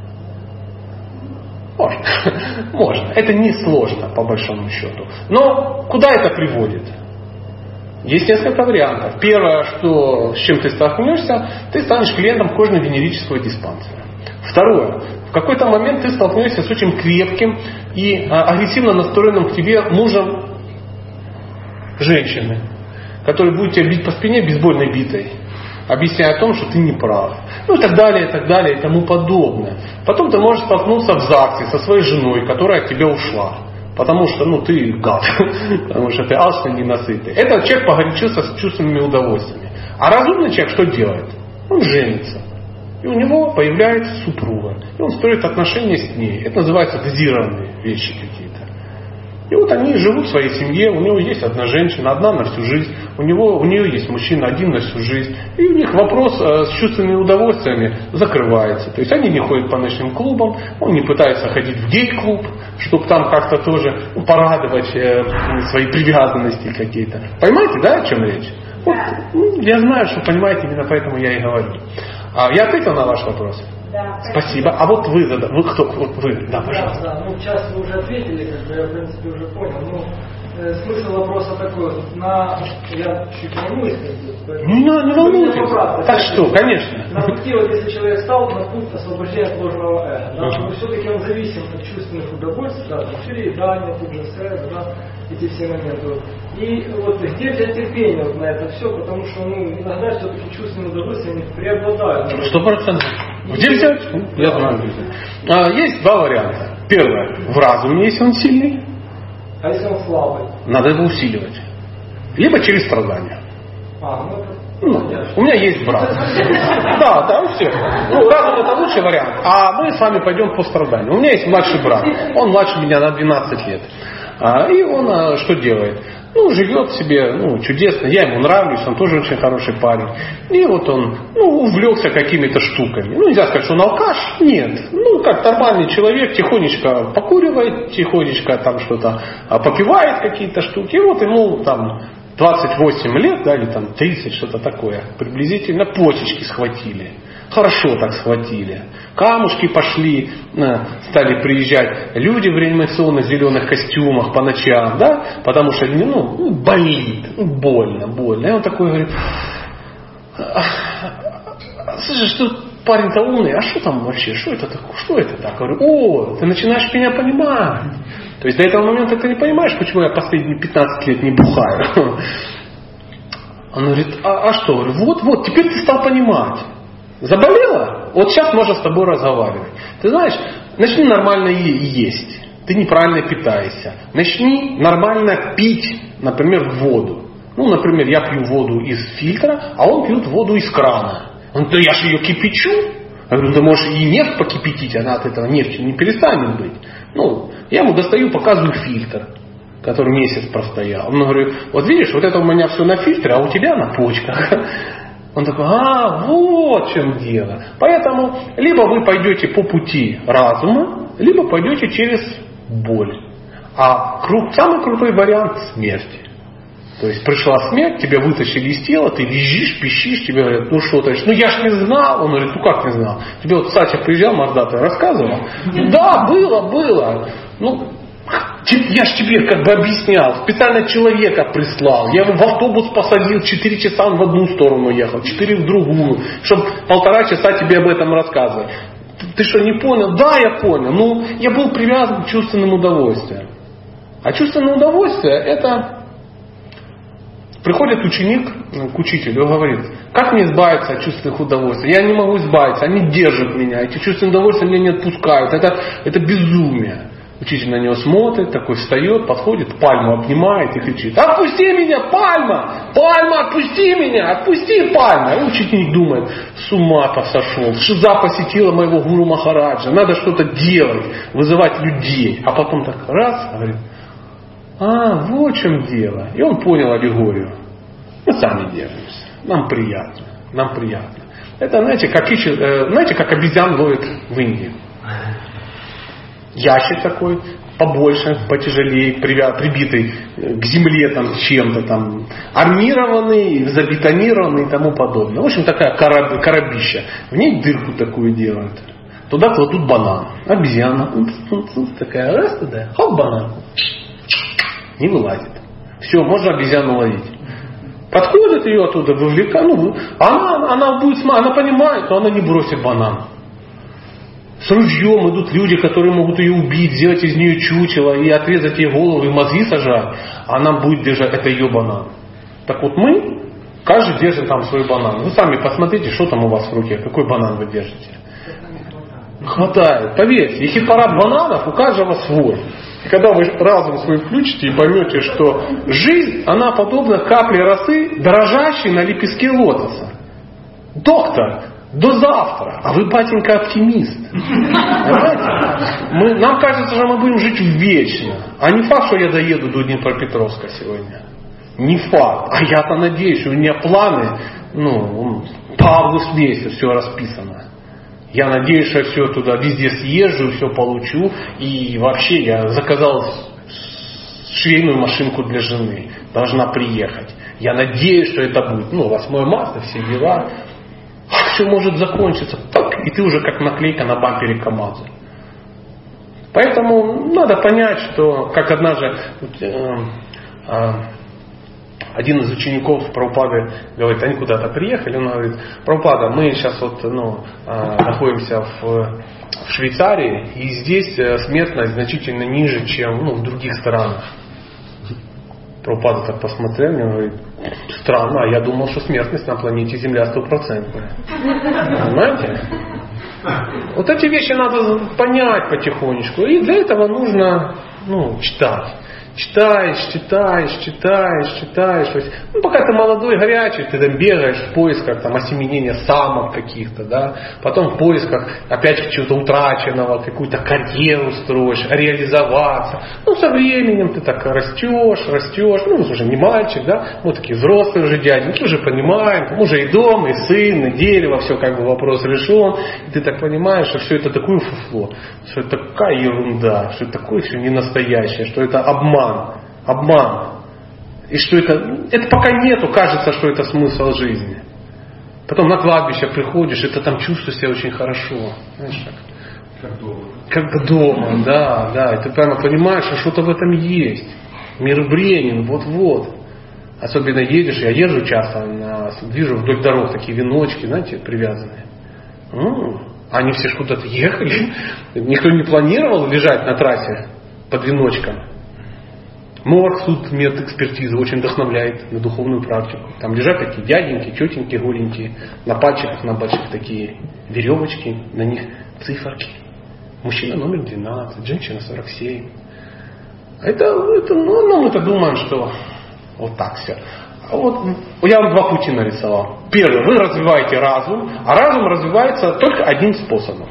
Можно. Можно. Это не сложно, по большому счету. Но куда это приводит? Есть несколько вариантов. Первое, с чем ты столкнешься, ты станешь клиентом кожно-венерического диспансера. Второе. В какой-то момент ты столкнешься с очень крепким и агрессивно настроенным к тебе мужем женщины, который будет тебя бить по спине бейсбольной битой, объясняя о том, что ты не прав. И так далее, и тому подобное. Потом ты можешь столкнуться в ЗАГСе со своей женой, которая от тебя ушла. Потому что, ты гад. Потому что ты алчный, ненасытный. Этот человек погорячился с чувственными удовольствиями. А разумный человек что делает? Он женится. И у него появляется супруга. И он строит отношения с ней. Это называется дозированные вещи какие-то. И они живут в своей семье. У него есть одна женщина, одна на всю жизнь. У нее есть мужчина, один на всю жизнь. И у них вопрос с чувственными удовольствиями закрывается. То есть они не ходят по ночным клубам. Он не пытается ходить в гей-клуб, чтобы там как-то тоже порадовать свои привязанности какие-то. Понимаете, да, о чем речь? Я знаю, что понимаете, именно поэтому я и говорю. Я ответил на ваш вопрос? Да. Спасибо. А вот вы кто? Вы, да, пожалуйста. Да, сейчас вы уже ответили, я в принципе уже понял. Смысл вопроса такой. Я чуть волнуюсь. Не волнуйтесь. Так что, конечно. На пути, если человек стал на путь освобождения от ложного эго, но все-таки он зависим от чувственных удовольствий, переедания, тут же секс, эти все моменты. И где взять терпение на это все, потому что иногда все-таки чувственные удовольствия не преобладают. 100%. Где взять? Я знаю. Есть два варианта. Первое. В разуме, если он сильный. А если он слабый? Надо его усиливать. Либо через страдания. У меня есть брат. Да, у всех. Разум это лучший вариант. А мы с вами пойдем по страданию. У меня есть младший брат. Он младше меня на 12 лет. И он что делает? Живет себе, чудесно. Я ему нравлюсь, он тоже очень хороший парень. И он, увлекся какими-то штуками. Нельзя сказать, что он алкаш. Нет. Как нормальный человек, тихонечко покуривает, тихонечко там что-то попивает какие-то штуки. И ему 28 лет, или 30, что-то такое. Приблизительно почечки схватили. Хорошо так схватили. Камушки пошли, стали приезжать люди в реанимационно-зеленых костюмах по ночам, потому что болит, больно. И он такой говорит: слушай, что парень-то умный, а что там вообще, что это такое, что это так? Я говорю: ты начинаешь меня понимать. То есть до этого момента ты не понимаешь, почему я последние 15 лет не бухаю. Он говорит: а что? Я говорю: вот, теперь ты стал понимать. Заболела? Вот сейчас можно с тобой разговаривать. Ты знаешь, начни нормально есть. Ты неправильно питаешься. Начни нормально пить, например, воду. Например, я пью воду из фильтра, а он пьет воду из крана. Он говорит: да я же ее кипячу. Я говорю: ты можешь и нефть покипятить, она от этого нефть не перестанет быть. Я ему достаю, показываю фильтр, который месяц простоял. Он говорит: вот видишь, вот это у меня все на фильтре, а у тебя на почках. Он такой: вот в чем дело. Поэтому либо вы пойдете по пути разума, либо пойдете через боль. А самый крутой вариант — смерти. То есть пришла смерть, тебя вытащили из тела, ты визжишь, пищишь, тебе говорят, ну что ты, ну я ж не знал. Он говорит, ну как не знал? Тебе вот Сача приезжал, мордатый, рассказывал? Да, было. Ну, я ж тебе как бы объяснял, специально человека прислал, я его в автобус посадил, 4 часа он в одну сторону ехал, 4 в другую, чтобы 1,5 часа тебе об этом рассказывать. Ты что, не понял? Да, я понял. Ну, я был привязан к чувственным удовольствиям. А чувственное удовольствие это... Приходит ученик к учителю и говорит, как мне избавиться от чувственных удовольствий? Я не могу избавиться, они держат меня, эти чувственные удовольствия меня не отпускают, это безумие. Учитель на него смотрит, такой встает, подходит, пальму обнимает и кричит, отпусти меня, пальма! Пальма, отпусти меня! Отпусти, пальма! И ученик думает, с ума-то сошел, шиза посетила моего гуру Махараджа, надо что-то делать, вызывать людей. А потом так раз, говорит, вот в чем дело. И он понял аллегорию. Мы сами держимся. Нам приятно. Это, знаете, как обезьян ловят в Индии. Ящик такой, побольше, потяжелее, прибитый к земле там, чем-то там, армированный, забетонированный и тому подобное. В общем, такая коробища. В ней дырку такую делают. Туда кладут банан. Обезьяна. Такая, раз туда, хоп, банан. Не вылазит. Все, можно обезьяну ловить. Подходит ее оттуда, вывлекают. Она понимает, но она не бросит банан. С ружьем идут люди, которые могут ее убить, сделать из нее чучело и отрезать ей голову и мозги сажать. Она будет держать, это ее банан. Так вот мы, каждый держит там свой банан. Вы сами посмотрите, что там у вас в руке, какой банан вы держите. Хватает, поверьте, и хит-парад бананов у каждого свой. И когда вы разум свой включите и поймете, что жизнь, она подобна капле росы, дрожащей на лепестке лотоса. Доктор, до завтра, а вы, батенька, оптимист. Понимаете? Нам кажется, что мы будем жить вечно. А не факт, что я доеду до Днепропетровска сегодня. Не факт. А я-то надеюсь, что у меня планы, по август месяц все расписано. Я надеюсь, что я все туда везде съезжу, все получу. И вообще я заказал швейную машинку для жены. Должна приехать. Я надеюсь, что это будет 8 марта, все дела. Все может закончиться. Так, и ты уже как наклейка на бампере КамАЗа. Поэтому надо понять, что как однажды один из учеников Прабхупады говорит, они куда-то приехали, он говорит, Прабхупада, мы сейчас находимся в Швейцарии, и здесь смертность значительно ниже, чем в других странах. Прабхупада так посмотрел и говорит, странно, а я думал, что смертность на планете Земля 100%. Понимаете? Вот эти вещи надо понять потихонечку. И для этого нужно читать. Читаешь. Пока ты молодой, горячий, ты там бегаешь в поисках осеменения самок каких-то, да. Потом в поисках опять чего-то утраченного, какую-то карьеру строишь, реализоваться. Со временем ты так растешь. Мы уже не мальчик, да. Мы такие взрослые уже дяденьки, уже понимаем. Мы уже и дом, и сын, и дерево, все вопрос решен. И ты так понимаешь, что все это такое фуфло, что это такая ерунда, что это такое все не настоящее, что это обман. И что это пока нету, кажется, что это смысл жизни. Потом на кладбище приходишь, и ты там чувствуешь себя очень хорошо. Знаешь, как дома, да. И ты прямо понимаешь, что что-то в этом есть. Мир Бренин, вот. Особенно едешь, я езжу часто, вижу вдоль дорог такие веночки, знаете, привязанные. Они все куда-то ехали. Никто не планировал лежать на трассе под веночком. Морг, суд, медэкспертиза очень вдохновляет на духовную практику. Там лежат такие дяденьки, тетеньки голенькие, на пальчиках, на больших такие веревочки, на них циферки. Мужчина номер 12, женщина 47. Мы-то думаем, что вот так все. Я вам 2 пути нарисовал. Первый, вы развиваете разум, а разум развивается только одним способом.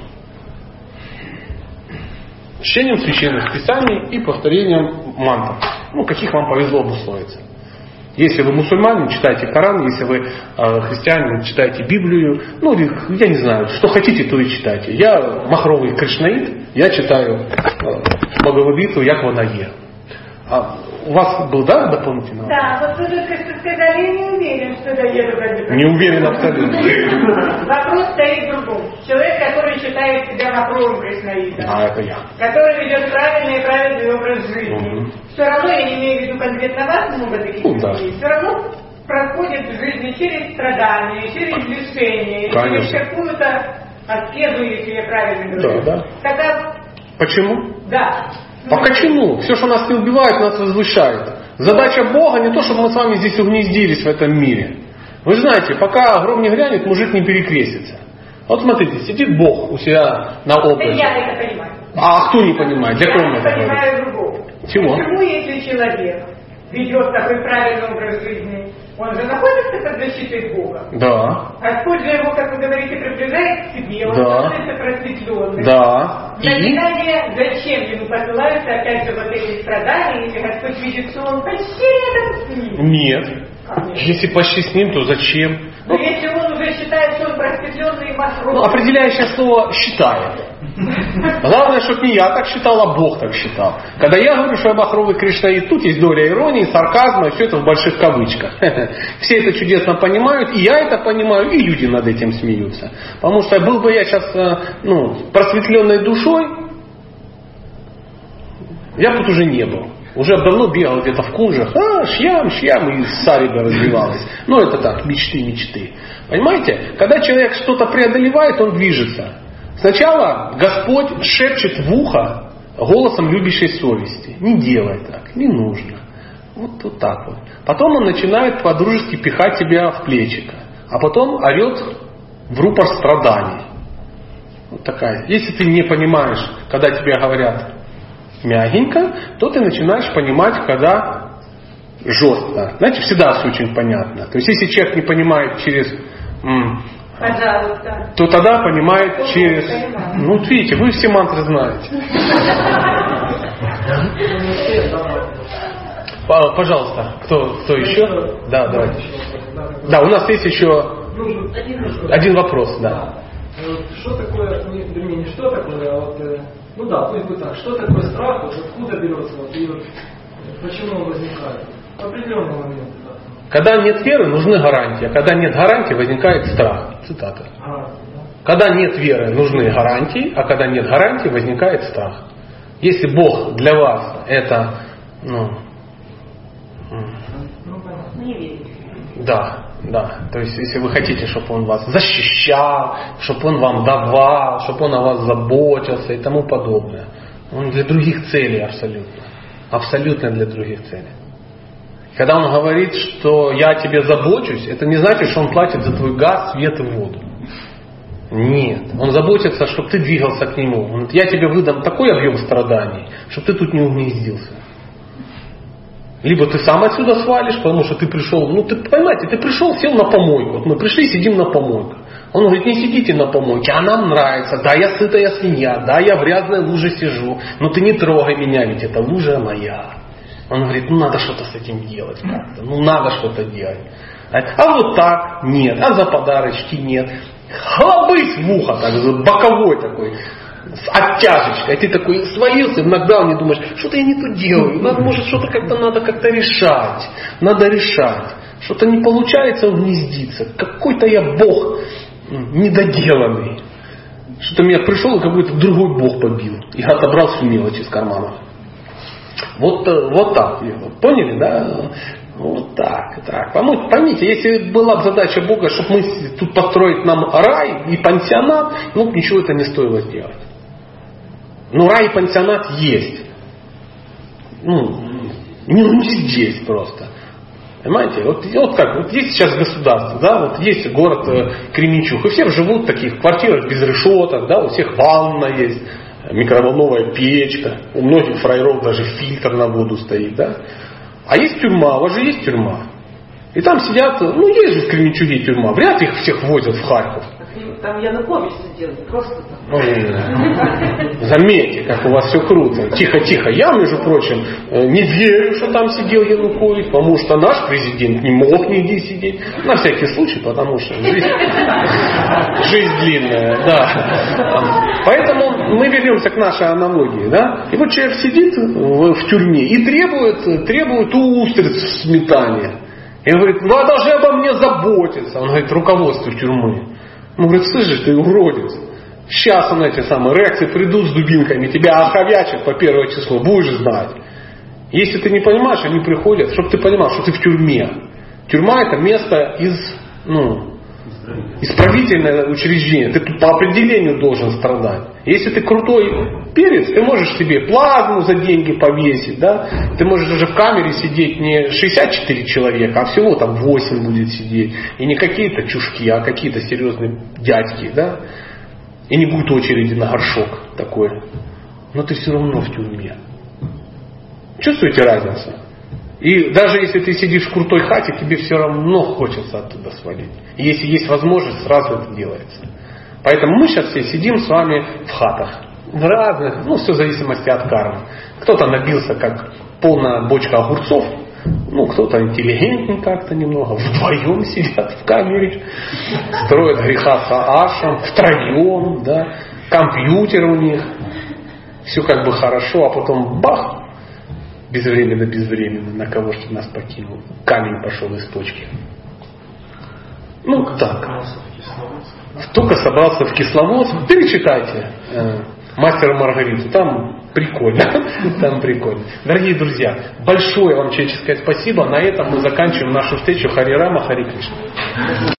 Чтением священных писаний и повторением мантр. Каких вам повезло обусловиться. Если вы мусульманин, читайте Коран, если вы христианин, читайте Библию, я не знаю, что хотите, то и читайте. Я махровый кришнаит, я читаю Бхагавад-гиту Яква Нагья. у вас был, да, дополнительный вопрос? Да, вот вы только что сказали, я не уверен, что доеду как-то. Не уверен абсолютно. Вопрос стоит в другом. Человек, который считает себя махровым кришнаитом, Это я. который ведет правильный образ жизни, все равно, я не имею в виду конкретно вас, много таких людей, все равно проходит в жизни через страдания, через лишения, через какую-то аскезу, если я правильно говорю. Да. Когда... Почему? Да. Почему? Все, что нас не убивает, нас возвышает. Задача Бога не то, чтобы мы с вами здесь угнездились в этом мире. Вы знаете, пока гром не грянет, мужик не перекрестится. Вот смотрите, сидит Бог у себя на облаке. Я это понимаю. А кто не понимает? Для кого мы это говорим? Я понимаю другого. Чего? Почему, если человек ведет такой правильный образ жизни, он же находится под защитой Бога? Да. Господь же его, как вы говорите, приближает к себе, он становится просветленным. Да. Знание, зачем ему посылаются опять же вот эти страдания, если Господь видит, что он почти рядом с ним? Нет. Если почти с ним, то зачем? Но если он уже считает, что он просветленный и махровый. Определяющее слово «считает». Главное, чтобы не я так считал, а Бог так считал. Когда я говорю, что я махровый кришнаит, тут есть доля иронии, сарказма, и все это в больших кавычках. Все это чудесно понимают, и я это понимаю, и люди над этим смеются. Потому что был бы я сейчас просветленной душой, я бы тут уже не был. Уже давно бегал где-то в кунжах, шьям, и сарига развивалась. Но это так, мечты. Понимаете? Когда человек что-то преодолевает, он движется. Сначала Господь шепчет в ухо голосом любящей совести. Не делай так, не нужно. Вот так вот. Потом он начинает по-дружески пихать тебя в плечико. А потом орет в рупор страданий. Вот такая. Если ты не понимаешь, когда тебе говорят мягенько, то ты начинаешь понимать, когда жестко. Знаете, всегда все очень понятно. То есть, если человек не понимает через... Пожалуйста. То тогда понимает через... Ну, видите, вы все мантры знаете. Пожалуйста, кто еще? Да, давайте. Да, у нас есть еще один вопрос, да. Что такое, вернее, не что такое, а вот, пусть будет так, что такое страх, вот откуда берется, и почему он возникает? В определенный момент. Когда нет веры, нужны гарантии, а когда нет гарантий, возникает страх. Цитата. Когда нет веры, нужны гарантии, а когда нет гарантий, возникает страх. Если Бог для вас это, Не верю. Да. То есть, если вы хотите, чтобы Он вас защищал, чтобы Он вам давал, чтобы Он о вас заботился и тому подобное. Он для других целей абсолютно. Абсолютно для других целей. Когда Он говорит, что я о тебе забочусь, это не значит, что Он платит за твой газ, свет и воду. Нет. Он заботится, чтобы ты двигался к Нему. Он говорит, я тебе выдам такой объем страданий, чтобы ты тут не угнездился. Либо ты сам отсюда свалишь, потому что ты пришел, ты понимаете, ты пришел, сел на помойку. Вот мы пришли, сидим на помойках. Он говорит, не сидите на помойке, а нам нравится. Да, я сытая свинья, да, я в грязной луже сижу. Но ты не трогай меня, ведь эта лужа моя. Он говорит, надо что-то с этим делать как-то. Надо что-то делать. А вот так нет, а за подарочки нет. Хлобысь в ухо, так, боковой такой, с оттяжечкой. Ты такой свалился, иногда не думаешь, что-то я не то делаю. Может, что-то надо как-то решать. Надо решать. Что-то не получается угнездиться. Какой-то я Бог недоделанный. Что-то меня пришел и какой-то другой Бог побил. И отобрал всю мелочь из кармана. Вот так. Поняли, да? Вот так. Поймите, если была бы задача Бога, чтобы мы тут построить нам рай и пансионат, ничего это не стоило сделать. Но рай и пансионат есть. Не здесь просто. Понимаете? Вот есть сейчас государство, да, вот есть город Кременчуг, и все живут в таких квартирах без решеток, да, у всех ванна есть, микроволновая печка, у многих фраеров даже фильтр на воду стоит, да. А есть тюрьма, у вас же есть тюрьма. И там сидят, есть же в Кременчуге тюрьма, вряд ли их всех возят в Харьков. там Янукович сидел, просто там. Заметьте, как у вас все круто. Тихо. Я, между прочим, не верю, что там сидел Янукович, потому что наш президент не мог нигде сидеть. На всякий случай, потому что жизнь длинная, да. Поэтому мы вернемся к нашей аналогии, да. И вот человек сидит в тюрьме и требует устриц в сметане. И он говорит, вы должны обо мне заботиться. Он говорит, руководство тюрьмы. Он говорит, слышишь, ты уродец. Сейчас эти самые реакции придут с дубинками, тебя оховячат по 1 число, будешь знать. Если ты не понимаешь, они приходят, чтобы ты понимал, что ты в тюрьме. Тюрьма это место исправительное учреждение. Ты тут по определению должен страдать. Если ты крутой перец, ты можешь себе плазму за деньги повесить, да? Ты можешь даже в камере сидеть не 64 человека, а всего там 8 будет сидеть. И не какие-то чушки, а какие-то серьезные дядьки, да? И не будет очереди на горшок такой. Но ты все равно в тюрьме. Чувствуете разницу? И даже если ты сидишь в крутой хате, тебе все равно хочется оттуда свалить. И если есть возможность, сразу это делается. Поэтому мы сейчас все сидим с вами в хатах. В разных, все в зависимости от кармы. Кто-то набился как полная бочка огурцов, кто-то интеллигентнее как-то немного, вдвоем сидят в камере, строят греха с ашем, втроем, да, компьютер у них, все как бы хорошо, а потом бах, безвременно, на кого что нас покинул. Камень пошел из почки. Так. Только собрался в Кисловодск. Перечитайте «Мастера и Маргариту». Там прикольно. Дорогие друзья, большое вам человеческое спасибо. На этом мы заканчиваем нашу встречу. Хари Рама, Хари Кришна.